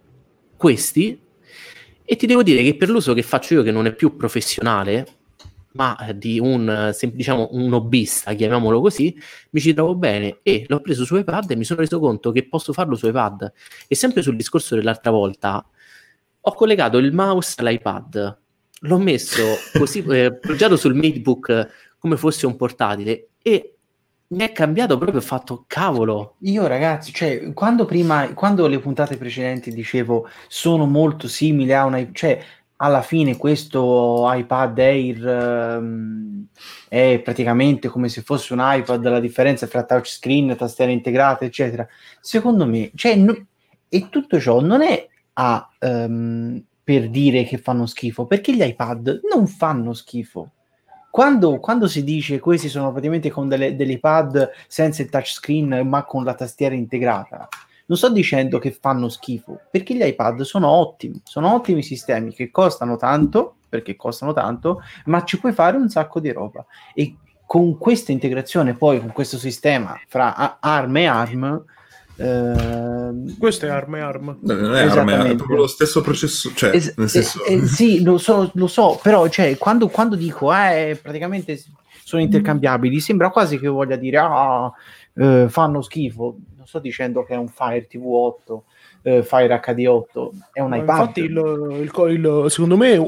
questi, e ti devo dire che per l'uso che faccio io, che non è più professionale, ma di un, diciamo, un hobbista, chiamiamolo così, mi ci trovo bene e l'ho preso su iPad e mi sono reso conto che posso farlo su iPad. E sempre sul discorso dell'altra volta, ho collegato il mouse all'iPad, l'ho messo così, eh, appoggiato sul MacBook come fosse un portatile e mi è cambiato proprio, ho fatto cavolo. Io ragazzi, cioè, quando prima, quando le puntate precedenti dicevo sono molto simili a un iPad, cioè alla fine questo iPad Air um, è praticamente come se fosse un iPad, la differenza tra touchscreen, tastiera integrata, eccetera. Secondo me, cioè, no, e tutto ciò non è a, um, per dire che fanno schifo, perché gli iPad non fanno schifo. Quando, quando si dice questi sono praticamente con delle, delle iPad senza il touchscreen ma con la tastiera integrata, non sto dicendo che fanno schifo, perché gli iPad sono ottimi, sono ottimi sistemi che costano tanto, perché costano tanto, ma ci puoi fare un sacco di roba. E con questa integrazione poi, con questo sistema fra ARM e ARM, Uh, questo è ARM e ARM, no, non è ARM, è proprio lo stesso processo, cioè, es- nel senso... eh, eh, sì, lo so, lo so, però cioè, quando, quando dico eh, praticamente sono intercambiabili, sembra quasi che voglia dire ah, eh, fanno schifo. Non sto dicendo che è un Fire T V otto, eh, Fire H D otto, è un Ma iPad. infatti il, il, il, secondo me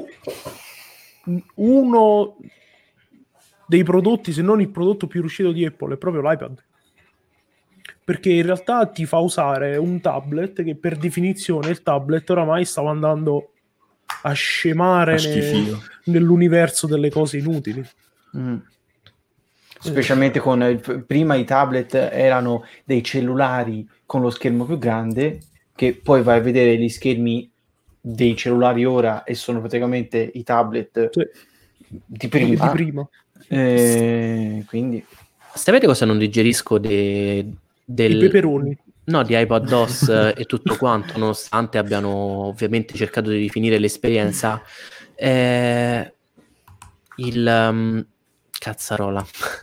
uno dei prodotti, se non il prodotto più riuscito di Apple, è proprio l'iPad, perché in realtà ti fa usare un tablet che per definizione il tablet oramai stava andando a scemare nel, nell'universo delle cose inutili. Mm. Specialmente con il, prima i tablet erano dei cellulari con lo schermo più grande, che poi vai a vedere gli schermi dei cellulari ora e sono praticamente i tablet sì. di prima, di prima. Eh, quindi sapete cosa non digerisco de... del... i peperoni, no, di iPadOS e tutto quanto, nonostante abbiano ovviamente cercato di definire l'esperienza, eh, il um, cazzarola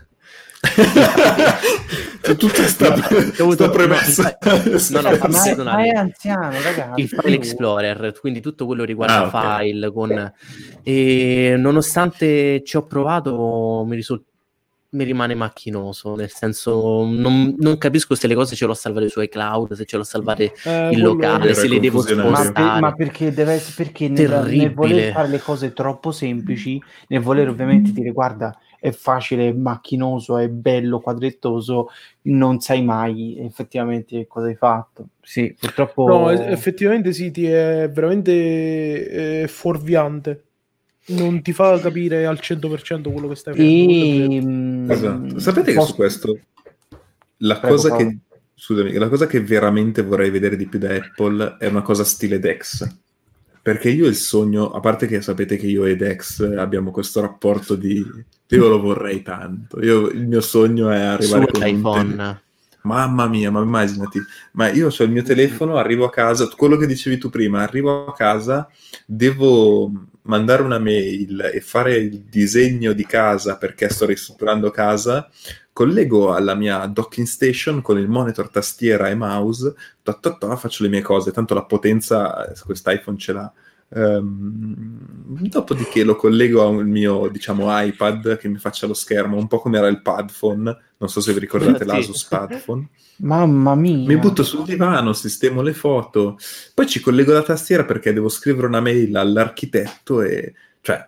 tutta sta, sta premessa, no, no, no, ma, è, ma è anziano, ragazzi. Il File Explorer, quindi tutto quello riguarda ah, okay. file con... e nonostante ci ho provato mi risulta mi rimane macchinoso, nel senso non, non capisco se le cose ce l'ho salvate su iCloud, se ce l'ho salvate eh, in locale, se le devo spostare. Ma, per, ma perché deve essere, perché nel, nel voler fare le cose troppo semplici, nel voler ovviamente dire guarda è facile, è macchinoso, è bello, quadrettoso, non sai mai effettivamente cosa hai fatto. Sì, purtroppo... No, effettivamente sì, ti è veramente eh, fuorviante. Non ti fa capire al cento per cento quello che stai facendo. E... Esatto. Sapete che posso... su questo la Prego, cosa Paolo. che scusami, la cosa che veramente vorrei vedere di più da Apple è una cosa stile Dex, perché io il sogno, a parte che sapete che io e Dex abbiamo questo rapporto di io lo vorrei tanto, io, il mio sogno è arrivare su con iPhone. un te- mamma mia, ma immaginati, ma io ho il mio telefono, arrivo a casa, quello che dicevi tu prima, arrivo a casa, devo mandare una mail e fare il disegno di casa perché sto ristrutturando casa, collego alla mia docking station con il monitor, tastiera e mouse, ta ta ta, faccio le mie cose, tanto la potenza quest'iPhone ce l'ha. Um, dopodiché lo collego al mio, diciamo, iPad che mi faccia lo schermo, un po' come era il Padphone, non so se vi ricordate l'Asus Padphone. Mamma mia, mi butto sul divano, sistemo le foto, poi ci collego la tastiera perché devo scrivere una mail all'architetto e cioè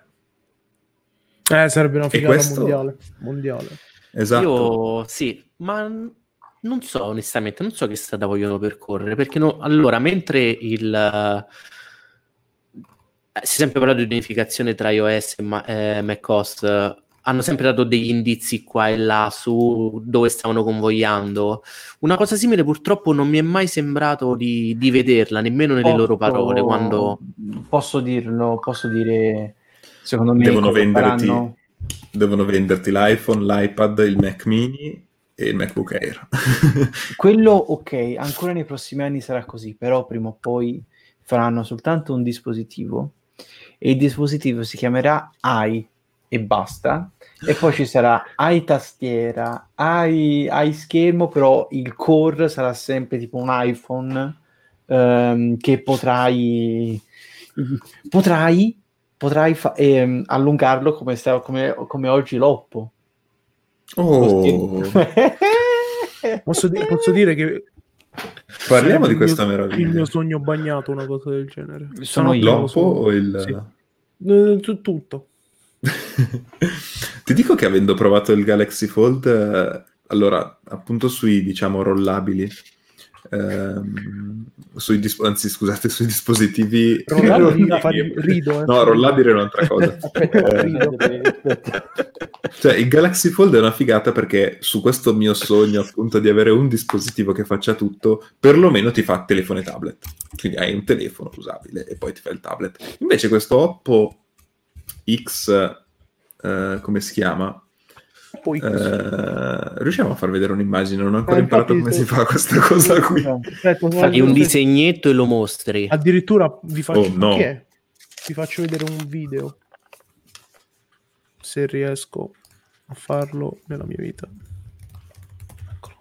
eh sarebbe una figata questo... mondiale mondiale esatto. Io sì, ma non so onestamente, non so che strada vogliono percorrere, perché no, allora mentre il si è sempre parlato di unificazione tra iOS e ma- eh, macOS, hanno sempre dato degli indizi qua e là su dove stavano convogliando. Una cosa simile purtroppo non mi è mai sembrato di, di vederla, nemmeno nelle posso, loro parole. Quando... Posso dirlo, posso dire, secondo me devono venderti, faranno... devono venderti l'iPhone, l'iPad, il Mac Mini e il MacBook Air. Quello ok, ancora nei prossimi anni sarà così, però prima o poi faranno soltanto un dispositivo e il dispositivo si chiamerà i e basta, e poi ci sarà i tastiera, i, i schermo, però il core sarà sempre tipo un iPhone, ehm, che potrai potrai potrai fa- ehm, allungarlo come, sta- come, come oggi l'Oppo. Oh, Posso, di- posso dire che parliamo sarebbe di il questa mio- meraviglia. il mio sogno bagnato, una cosa del genere. Sono io. Non lo L'Oppo so. o il... Sì. Eh, tu- tutto. Ti dico che avendo provato il Galaxy Fold, eh, allora, appunto sui, diciamo, rollabili, ehm, sui dis- anzi, scusate, sui dispositivi... Rollabili, eh, fai- rido, eh. No, rollabile è un'altra cosa. Aspetta, Eh, rido. Cioè, il Galaxy Fold è una figata perché su questo mio sogno, appunto, di avere un dispositivo che faccia tutto, perlomeno ti fa telefono e tablet. Quindi hai un telefono usabile e poi ti fa il tablet. Invece questo Oppo X, eh, come si chiama? Poi Eh, riusciamo a far vedere un'immagine? Non ho ancora Eh, imparato infatti, come sto- si fa questa cosa qui. Aspetta, Fai un disegnetto e lo mostri. addirittura vi faccio Oh, no. chi è? Vi faccio vedere un video se riesco a farlo nella mia vita. Eccolo.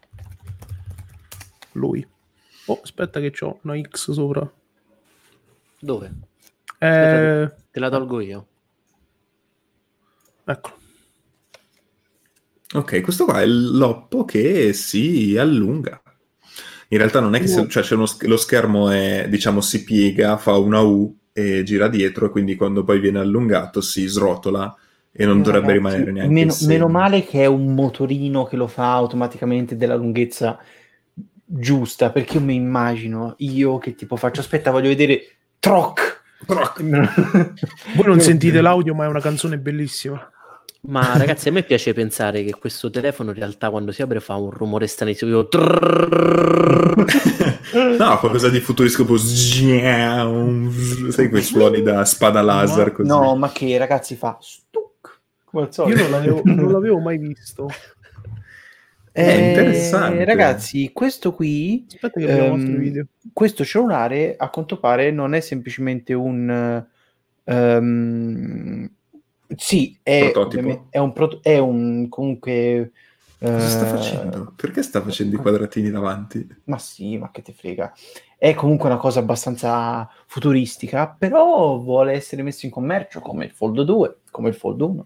Lui. Oh, aspetta che c'ho una X sopra. Dove? Eh, Te la tolgo io. eccolo. Ok, questo qua è l'Oppo che si allunga. In realtà non è che si, cioè c'è uno, sch- lo schermo è, diciamo, si piega, fa una U e gira dietro, e quindi quando poi viene allungato si srotola e non Eh, dovrebbe ragazzi, rimanere neanche meno, il segno. meno male che è un motorino che lo fa automaticamente della lunghezza giusta, perché io mi immagino io che tipo faccio, aspetta, voglio vedere Troc. Troc. Voi non sentite l'audio, ma è una canzone bellissima. Ma ragazzi, a me piace pensare che questo telefono in realtà quando si apre fa un rumore stranissimo. Tipo... No, qualcosa di futuristico, tipo sai quei suoni da spada laser così. No, ma che ragazzi fa stuc, come al solito. Io non l'avevo, non l'avevo mai visto. È interessante. Ragazzi, questo qui, Aspetta che abbiamo ehm, altri video. questo cellulare a quanto pare non è semplicemente un ehm, sì, è, Prototipo? ovviamente- è un proto- è un comunque Cosa sta eh, facendo? Perché sta facendo i quadratini davanti? ma sì, ma che te frega. È comunque una cosa abbastanza futuristica, però vuole essere messo in commercio come il Fold due, come il Fold uno.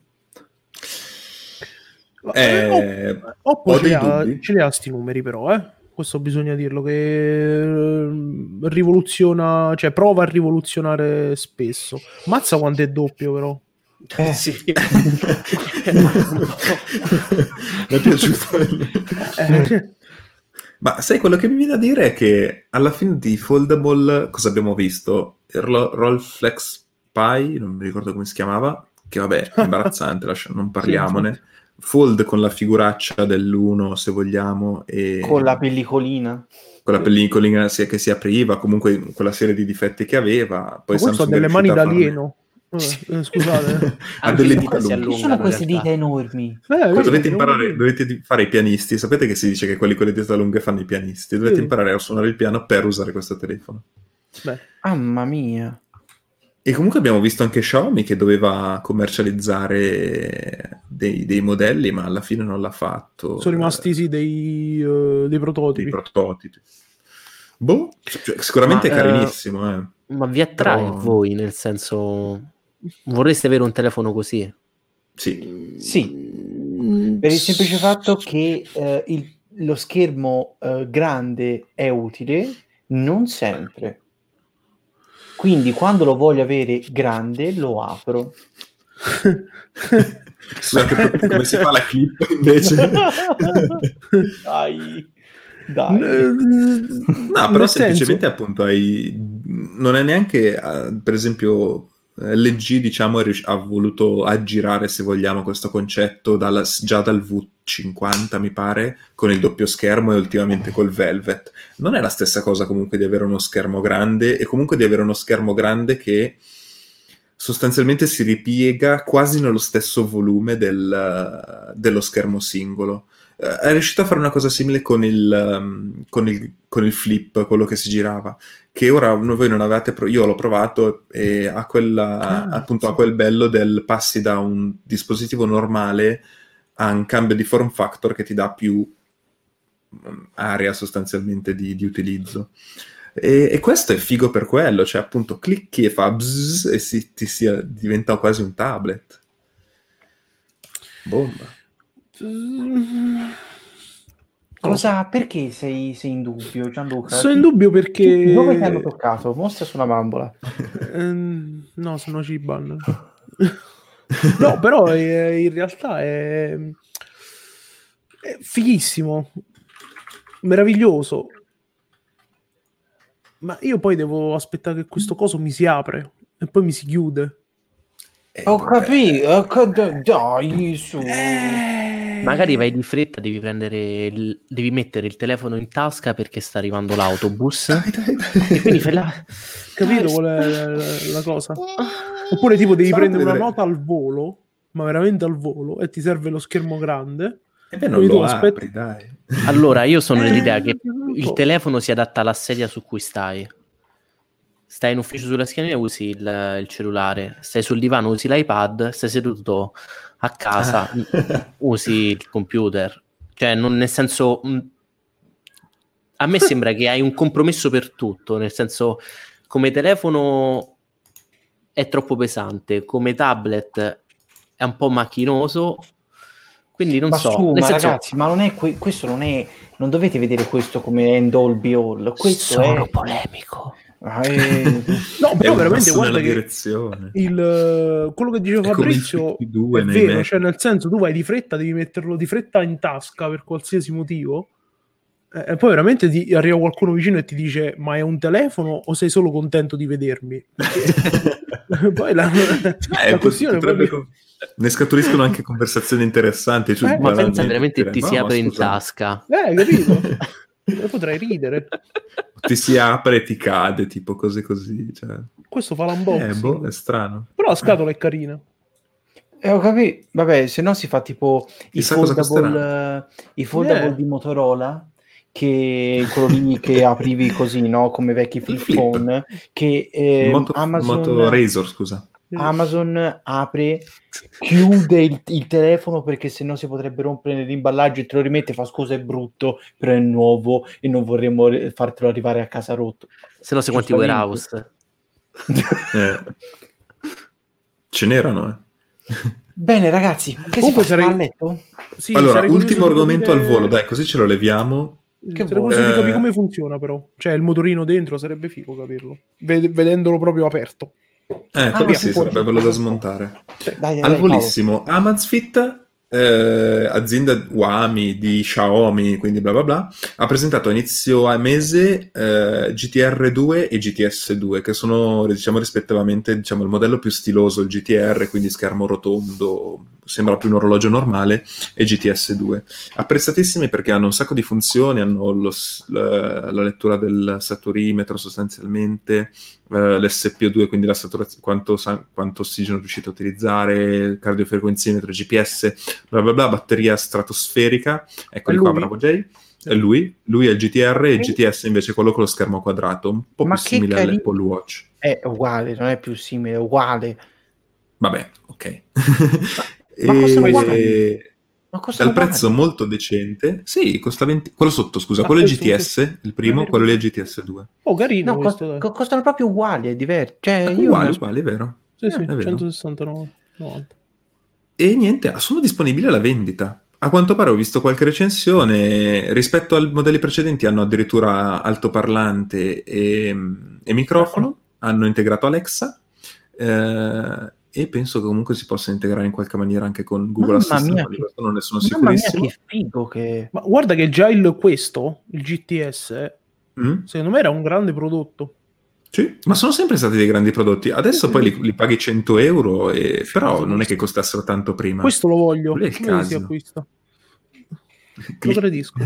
Eh, Oppo ho ce dei li ha, dubbi. ce li ha sti numeri però, eh. Questo bisogna dirlo, che eh, rivoluziona, cioè prova a rivoluzionare spesso. Mazza quanto è doppio però. Eh, Sì. Mi è piaciuto. Eh, Ma sai, quello che mi viene da dire è che alla fine di Foldable cosa abbiamo visto? Il Ro- Roll Flex Pi, non mi ricordo come si chiamava, che vabbè, è imbarazzante, lascia- non parliamone. Fold con la figuraccia dell'uno, se vogliamo, e con la pellicolina. con la pellicolina sia che si apriva, comunque quella serie di difetti che aveva. Poi ma questo ha Samsung è delle mani riuscita a farne- d'alieno. Eh, eh, scusate. ha Anche delle le dita dita si lunghe. Che sono allungano, queste in dita realtà. enormi? Eh, Poi questo dovete è imparare, un- dovete di- fare i pianisti. Sapete che si dice che quelli con le dita lunghe fanno i pianisti. Dovete Sì. imparare a suonare il piano per usare questo telefono. Beh, Mamma mia. E comunque abbiamo visto anche Xiaomi che doveva commercializzare dei, dei modelli, ma alla fine non l'ha fatto. sono rimasti sì dei, eh, dei prototipi. Dei prototipi. Boh, cioè, sicuramente Ma, è carinissimo. Eh. Ma vi attrae Però- voi, nel senso... Vorreste avere un telefono così? Sì. Sì, per il semplice fatto che eh, il- lo schermo eh, grande è utile, non sempre. Quindi quando lo voglio avere grande lo apro. Scusate, come si fa la clip invece? Dai, dai. No, però Nel semplicemente senso- appunto hai... non è neanche, eh, per esempio, L G diciamo è rius- ha voluto aggirare, se vogliamo, questo concetto dalla- già dal V cinquanta, mi pare, con il doppio schermo e ultimamente col Velvet. Non è la stessa cosa comunque di avere uno schermo grande, e comunque di avere uno schermo grande che sostanzialmente si ripiega quasi nello stesso volume del, dello schermo singolo. Eh, è riuscito a fare una cosa simile con il, um, con il, con il flip, quello che si girava, che ora voi non avevate, pro- io l'ho provato e ha quella, Ah, appunto sì. ha quel bello del passi da un dispositivo normale a un cambio di form factor che ti dà più um, area sostanzialmente di, di utilizzo. E, e questo è figo per quello, cioè appunto clicchi e fa bzzz e si, ti si diventa quasi un tablet. Bomba. Cosa, perché sei, sei in dubbio, Gianluca? Sono in dubbio perché... Dove ti hanno toccato? Mostra sulla bambola. Ehm, no, sono Ciban. No, però eh, in realtà è... è fighissimo, meraviglioso. Ma io poi devo aspettare che questo coso mi si apre e poi mi si chiude. Eh, Ho vabbè. capito, ho cap- dai, su. Eh... Magari vai di fretta, devi prendere il- devi mettere il telefono in tasca perché sta arrivando l'autobus. Dai, dai, dai. E quindi fai la... Capito qual è la, la- la cosa? Oppure tipo devi Stavo prendere una vedere. nota al volo, ma veramente al volo, e ti serve lo schermo grande. E beh, non Quindi tu lo aspetti- apri, dai. Allora, io sono Eh, dell'idea che non il so. telefono si adatta alla sedia su cui stai. Stai in ufficio sulla schiena, usi il, il cellulare. Stai sul divano, usi l'iPad. Stai seduto a casa, Ah. usi il computer. Cioè, non, nel senso... mh, a me sembra che hai un compromesso per tutto. Nel senso, come telefono è troppo pesante, come tablet è un po' macchinoso. Quindi non Ma so, su, nel ma senso, ragazzi, ma non è que- questo non è, non dovete vedere questo come end all be all. Questo sono è polemico. Ah, eh, No, È però un veramente passo guarda nella che direzione. il, quello che diceva È come il Fabrizio Fit due è nei vero, Mac. cioè nel senso tu vai di fretta, devi metterlo di fretta in tasca per qualsiasi motivo, eh, e poi veramente ti arriva qualcuno vicino e ti dice ma è un telefono o sei solo contento di vedermi? Perché poi la, Eh, la questione è potrebbe- proprio... Ne scaturiscono anche conversazioni interessanti. Cioè, Eh, Ma pensa banalmente veramente dire, ti "No, si ma apre in scusa, tasca. Eh, capito? Io potrei ridere. ti si apre e ti cade, tipo cose così. Cioè. Questo fa Eh, l'unboxing. boh, è strano. Però la scatola è carina. eh, ho capito. Vabbè, se no si fa tipo i Chissà cosa foldable, eh, i foldable Eh. di Motorola, che quello lì che aprivi così, no? Come vecchi flip flip. phone, che eh, Il Moto, Amazon... Moto Razor, scusa. Amazon apre, chiude il, il telefono perché sennò si potrebbe rompere nell'imballaggio e te lo rimette, fa scusa è brutto, però è nuovo e non vorremmo re- fartelo arrivare a casa rotto. Se no sei quanti Giustamente. warehouse. Eh. Ce n'erano, eh. Bene ragazzi, che Comunque si fa? sarei- A letto? Sì, Allora, sarei curioso ultimo di argomento capire- al volo, dai, così ce lo leviamo. Che sarei vuoi? curioso di Eh. capire come funziona, però. Cioè, il motorino dentro sarebbe figo capirlo. Ved- vedendolo proprio aperto. Eh, quello Ah, sì, un po' sarebbe di- bello da smontare. Dai, dai, Al dai, volissimo, Amazfit, eh, azienda U A M I di Xiaomi, quindi bla bla bla, ha presentato a inizio a mese eh, G T R due e G T S due, che sono, diciamo, rispettivamente, diciamo, il modello più stiloso, il G T R, quindi schermo rotondo, sembra più un orologio normale, e G T S due. Apprezzatissimi perché hanno un sacco di funzioni, hanno lo s- la, la lettura del saturimetro sostanzialmente, eh, l'S P O due, quindi la saturazio- quanto, sa- quanto ossigeno riuscite a utilizzare, cardiofrequenzimetro, G P S, bla bla bla, batteria stratosferica, eccoli È qua, lui? bravo Jay. È lui, lui è il G T R e il G T S invece è quello con lo schermo quadrato, un po' Ma più che simile carino. all'Apple Watch. È uguale, non è più simile, è uguale. Vabbè, ok. Ma costano E- uguali? Ma cosa dal prezzo molto decente, sì, costa venti. Quello sotto, scusa, Ah, quello è il questo- G T S, il primo, vero. quello lì è il G T S due. Oh, carino No, questo, cost- dai. co- costano proprio uguali, è diverso. Cioè, io Uguali, non- uguali, è vero. Sì, sì, è vero. centosessantanove novanta. E niente, sono disponibili alla vendita. A quanto pare ho visto qualche recensione, rispetto ai modelli precedenti hanno addirittura altoparlante e, e microfono, hanno integrato Alexa, eh, e penso che comunque si possa integrare in qualche maniera anche con Google Mamma Assistant, mia, ma di che- questo non ne sono Mamma mia, sicurissimo. che figo che... Ma guarda che già il questo, il G T S, Mm? secondo me era un grande prodotto. Sì, ma sono sempre stati dei grandi prodotti. Adesso Sì, poi sì. li, li paghi cento euro, e, però non è che costassero tanto prima. Questo lo voglio. Quello è il Come si caso. acquista? Clic. Lo gradisco.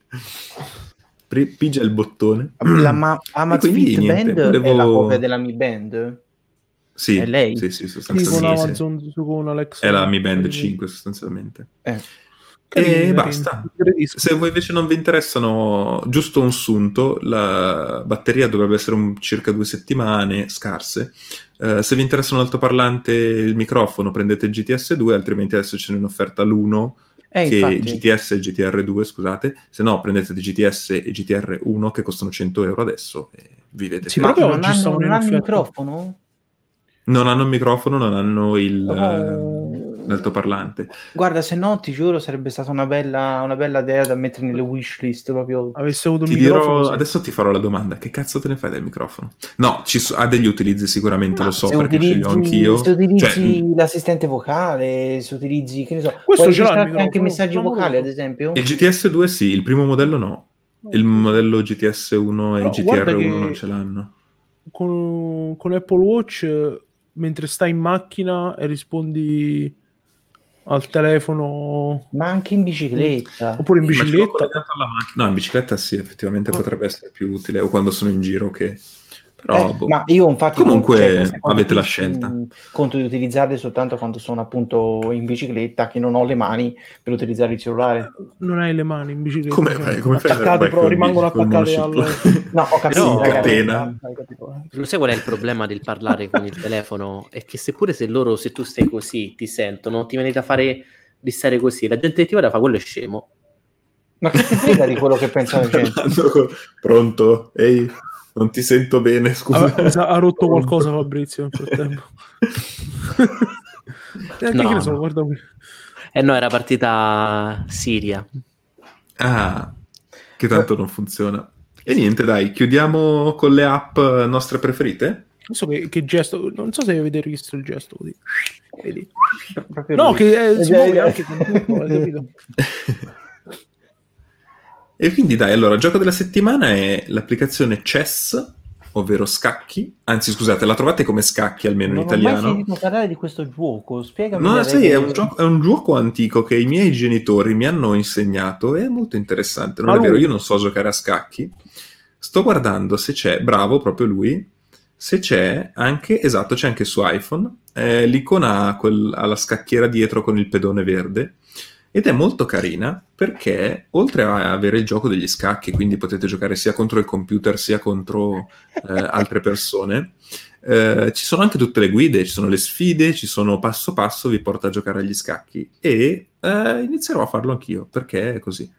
Pri- Pigia il bottone. La ma- Amazfit quindi niente, Band è la volevo- copia della Mi Band? Sì, È lei? sì, sì, Sì, sostanzialmente con sì. Amazon, su con Alexa. È la Mi Band cinque sostanzialmente. Eh. Carino, e carino. basta. Gradisco. Se voi invece non vi interessano, giusto un sunto, la batteria dovrebbe essere un circa due settimane scarse. Eh, se vi interessano l'altoparlante e il microfono, prendete il G T S due, altrimenti adesso ce n'è in offerta l'uno Eh, che infatti. G T S e G T R due, scusate, se no prendete G T S e G T R uno che costano cento euro adesso e vivete Sì, felici. proprio Ma non oggi hanno, stavano non in hanno offerta. microfono? Non hanno il microfono, non hanno il Oh. ehm, l'altoparlante. Guarda, se no ti giuro sarebbe stata una bella, una bella idea da mettere nelle wishlist proprio. Avesse avuto il Ti microfono, dirò, sì. adesso ti farò la domanda, che cazzo te ne fai del microfono? No, ci so- ha degli utilizzi sicuramente, lo so, Se perché ce li ho utilizzi, anch'io. se utilizzi Cioè, l'assistente vocale, se utilizzi, che ne so, Questo puoi ce l'ha il registrarti anche microfono, messaggi clamoroso. vocali, ad esempio? il G T S due sì, il primo modello no. Il modello G T S uno e Però G T guarda R uno che- non ce l'hanno. Con, con Apple Watch, eh, mentre stai in macchina e rispondi al telefono, Ma anche in bicicletta. oppure in Sì, ma ce l'ho bicicletta. collegato alla macchina. No, in bicicletta sì, effettivamente potrebbe essere più utile, o quando sono in giro che... Però, Eh, boh. ma io infatti Comunque, cioè, queste cose avete qui, la scelta. mh, conto di utilizzarle soltanto quando sono appunto in bicicletta, che non ho le mani per utilizzare il cellulare. Non hai le mani in bicicletta. Come cioè, fai? Come fai ad attaccate, andare però col rimangono bici- col attaccate al... monociclo? No, ho capito, Però- ragazzi. catena. Hai capito, eh. Lo sai qual è il problema del parlare con il telefono? È che seppure se loro, se tu stai così, ti sentono, ti viene da fare di stare così, la gente ti guarda fa quello è scemo. Ma che ti frega di quello che pensa la gente? Parlando con- Pronto? Ehi, non ti sento bene, scusa. Ha, mi sa- ha rotto Pronto? qualcosa Fabrizio nel frattempo. Eh, No, che ne so, no. guarda qui. Eh no, era partita Siria. Ah, che tanto non funziona. E niente, dai, chiudiamo con le app nostre preferite? Non so che, che gesto, non so se avete visto il gesto così. Vedi? Proprio No, lui. che eh, si Eh, muove eh, anche con tutto, hai capito? E quindi dai, allora, il gioco della settimana è l'applicazione Chess, ovvero scacchi. Anzi, scusate, la trovate come scacchi almeno Non in ho mai italiano. sentito parlare di questo gioco, spiegami. No, le sai, è regole. un, gioco, è un gioco antico che i miei genitori mi hanno insegnato, è molto interessante, non Ma è vero, lui- io non so giocare a scacchi. Sto guardando se c'è, bravo, proprio lui, se c'è anche, esatto, c'è anche su iPhone, eh, l'icona ha quel- ha la scacchiera dietro con il pedone verde, ed è molto carina perché oltre a avere il gioco degli scacchi, quindi potete giocare sia contro il computer sia contro eh, altre persone, eh, ci sono anche tutte le guide, ci sono le sfide, ci sono passo passo, vi porta a giocare agli scacchi e eh, inizierò a farlo anch'io perché è così.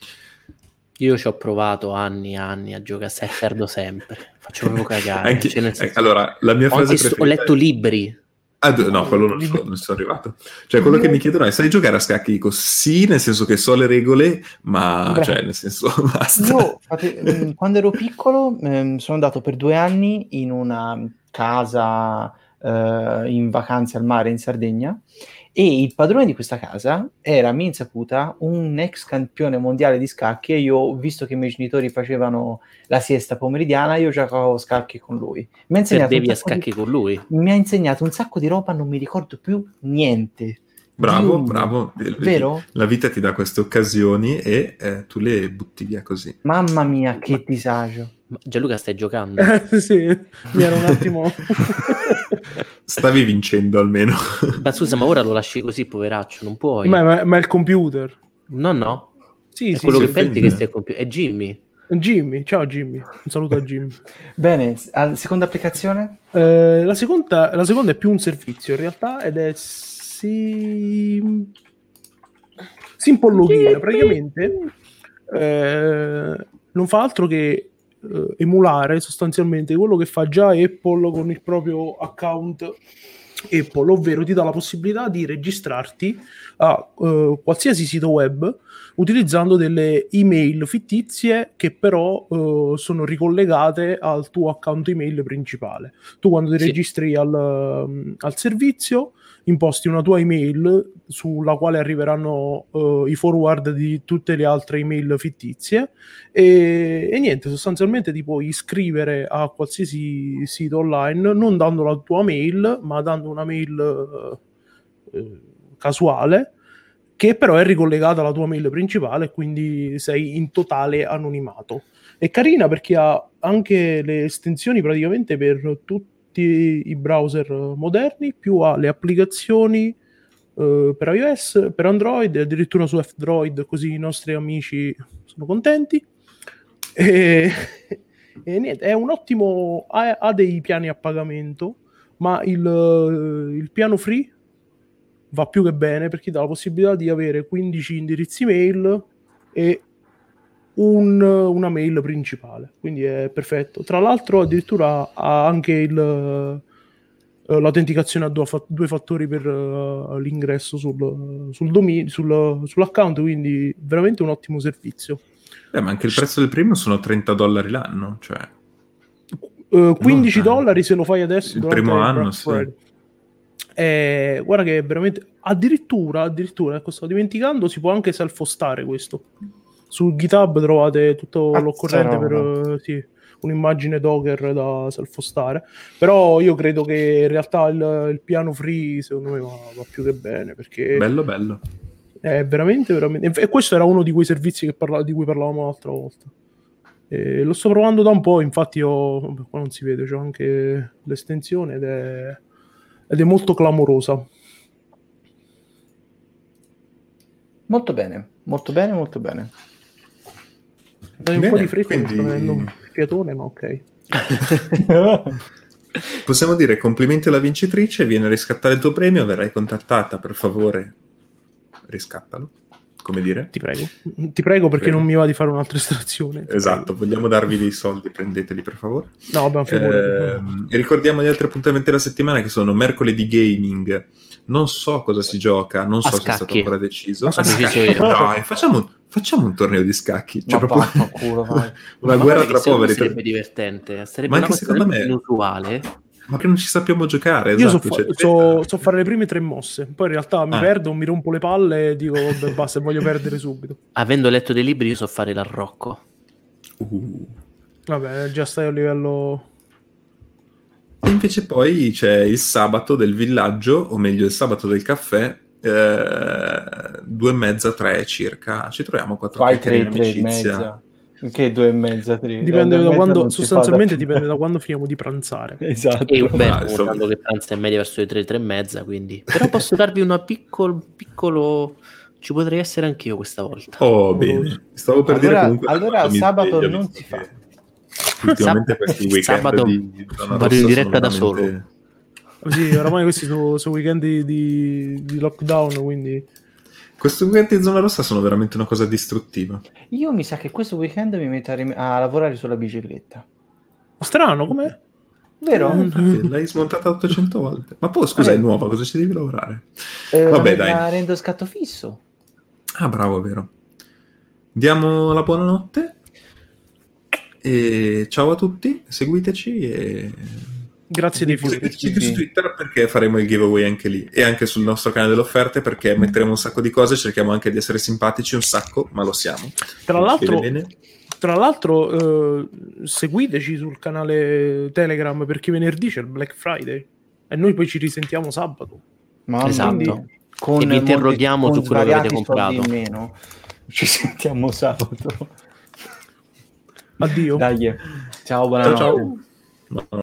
Io ci ho provato anni e anni a giocare, se perdo sempre. Faccio proprio cagare. Anche- Cioè, nel eh, senso- allora, la mia ho, frase anche stu- ho preferita letto è- libri. Ah, d- no, quello non, so, non sono arrivato. Cioè, quello che mi chiedono è: sai giocare a scacchi? Dico sì, nel senso che so le regole, ma Beh, cioè, nel senso, basta. Io, fate- mh, quando ero piccolo, ehm, sono andato per due anni in una casa eh, in vacanze al mare in Sardegna e il padrone di questa casa era, a mia insaputa, un ex campione mondiale di scacchi e io, visto che i miei genitori facevano la siesta pomeridiana, io giocavo a scacchi con lui. Mi ha insegnato Perdevi un a sacco di- scacchi con lui. mi ha insegnato un sacco di roba, non mi ricordo più niente. Bravo, Dimmi. bravo. Vedi, Vero? la vita ti dà queste occasioni e eh, tu le butti via così. Mamma mia, che disagio. Ma Gianluca, stai giocando? Eh, sì, mi era un attimo... Stavi vincendo almeno. Ma scusa, ma ora lo lasci così, poveraccio, non puoi. ma, ma- ma è il computer. No, no. Sì, È sì, quello sì. che pensi offende. che stia con più. È Jimmy. Jimmy, ciao Jimmy. Un saluto a Jimmy. Bene, al- seconda applicazione? Eh, la, seconda, la seconda è più un servizio in realtà ed è Sim... Simple Login. Praticamente eh, non fa altro che eh, emulare sostanzialmente quello che fa già Apple con il proprio account Apple, ovvero ti dà la possibilità di registrarti a eh, qualsiasi sito web utilizzando delle email fittizie che però eh, sono ricollegate al tuo account email principale. Tu quando ti Sì. registri al, um, al servizio imposti una tua email sulla quale arriveranno uh, i forward di tutte le altre email fittizie e, e niente, sostanzialmente ti puoi iscrivere a qualsiasi sito online non dando la tua mail ma dando una mail uh, uh, casuale che però è ricollegata alla tua mail principale, quindi sei in totale anonimato. È carina perché ha anche le estensioni praticamente per tutti i browser moderni, più ha le applicazioni eh, per iOS, per Android e addirittura su F-Droid, così i nostri amici sono contenti. E, e niente, è un ottimo, ha, ha dei piani a pagamento, ma il, il piano free va più che bene perché dà la possibilità di avere quindici indirizzi mail e un, una mail principale, quindi è perfetto. Tra l'altro addirittura ha anche il, uh, l'autenticazione a due, fa- due fattori per uh, l'ingresso sul, sul dominio, sul, sull'account, quindi veramente un ottimo servizio. Eh, ma anche il prezzo del primo sono trenta dollari l'anno, cioè uh, quindici dollari se lo fai adesso il primo anno, sì. Eh, guarda che veramente addirittura, addirittura ecco, sto dimenticando, si può anche self-hostare questo. Su GitHub trovate tutto l'occorrente per uh, sì, un'immagine Docker da self-hostare, però io credo che in realtà il, il piano free secondo me va, va più che bene, perché bello bello è veramente veramente, e questo era uno di quei servizi che parla, di cui parlavamo l'altra volta. E lo sto provando da un po', infatti io, qua non si vede, c'ho anche l'estensione ed è ed è molto clamorosa. Molto bene, molto bene, molto bene. Dai un bene, po' di fretta, quindi... sto avendo un fiatone, ma ok. Possiamo dire complimenti alla vincitrice, viene a riscattare il tuo premio, verrai contattata, per favore riscattalo, come dire. Ti prego, ti prego perché prego. non mi va di fare un'altra estrazione. Esatto, prego. Vogliamo darvi dei soldi, prendeteli per favore. No, abbiamo eh, e ricordiamo gli altri appuntamenti della settimana che sono mercoledì gaming. Non so cosa si gioca, non a so scacchi. se è stato ancora deciso. A scacchi. Dai, facciamo, facciamo un torneo di scacchi. Cioè, ma proprio culo, vai. una ma guerra tra poveri. Sarebbe divertente, sarebbe ma una anche cosa secondo me inusuale. Ma che non ci sappiamo giocare. Io esatto, so, cioè, fa- so, so fare le prime tre mosse, poi in realtà mi ah. perdo, mi rompo le palle e dico vabbè basta, voglio perdere subito. Avendo letto dei libri io so fare l'arrocco. Uh. Vabbè, già stai a livello... E invece poi c'è il sabato del villaggio, o meglio il sabato del caffè, eh, due e mezza, tre circa. Ci troviamo quattro Fai tre, tre, tre e mezza. Che due e mezza, tre? Dipende da quando, sostanzialmente sostanzialmente dipende da quando finiamo di pranzare. Esatto. E beh, Ah, insomma. guardando che pranza è media verso le tre, tre e mezza, quindi... Però posso darvi una piccolo, piccolo... Ci potrei essere anch'io questa volta. Oh, bene. Stavo per allora, dire comunque... allora mi sabato sveglio, non visto si fa. che Ultimamente questi weekend Sabato di, di zona vado in rossa diretta sono da veramente... Sì, oramai questi sono, sono weekend di, di, di lockdown, quindi... Questi weekend in zona rossa sono veramente una cosa distruttiva. Io mi sa che questo weekend mi metto a, rim- a lavorare sulla bicicletta. Strano, com'è? Vero? Eh, l'hai smontata ottocento volte. Ma poi scusa, Eh. è nuova, cosa ci devi lavorare? Eh, Vabbè, la dai. rendo scatto fisso. Ah, bravo, è vero. Diamo la buonanotte. E ciao a tutti, seguiteci e... Grazie dei fiori. Seguiteci su Twitter perché faremo il giveaway anche lì e anche sul nostro canale delle offerte perché metteremo un sacco di cose, cerchiamo anche di essere simpatici un sacco, ma lo siamo. Tra Mi l'altro, scrive bene. tra l'altro eh, seguiteci sul canale Telegram perché venerdì c'è il Black Friday e noi poi ci risentiamo sabato. Ma Esatto. quindi, con E vi interroghiamo molti- su con quello che avete svariati soldi comprato. in meno. Ci sentiamo sabato. Addio. Dai, ciao, Ciao buonanotte. ciao. No.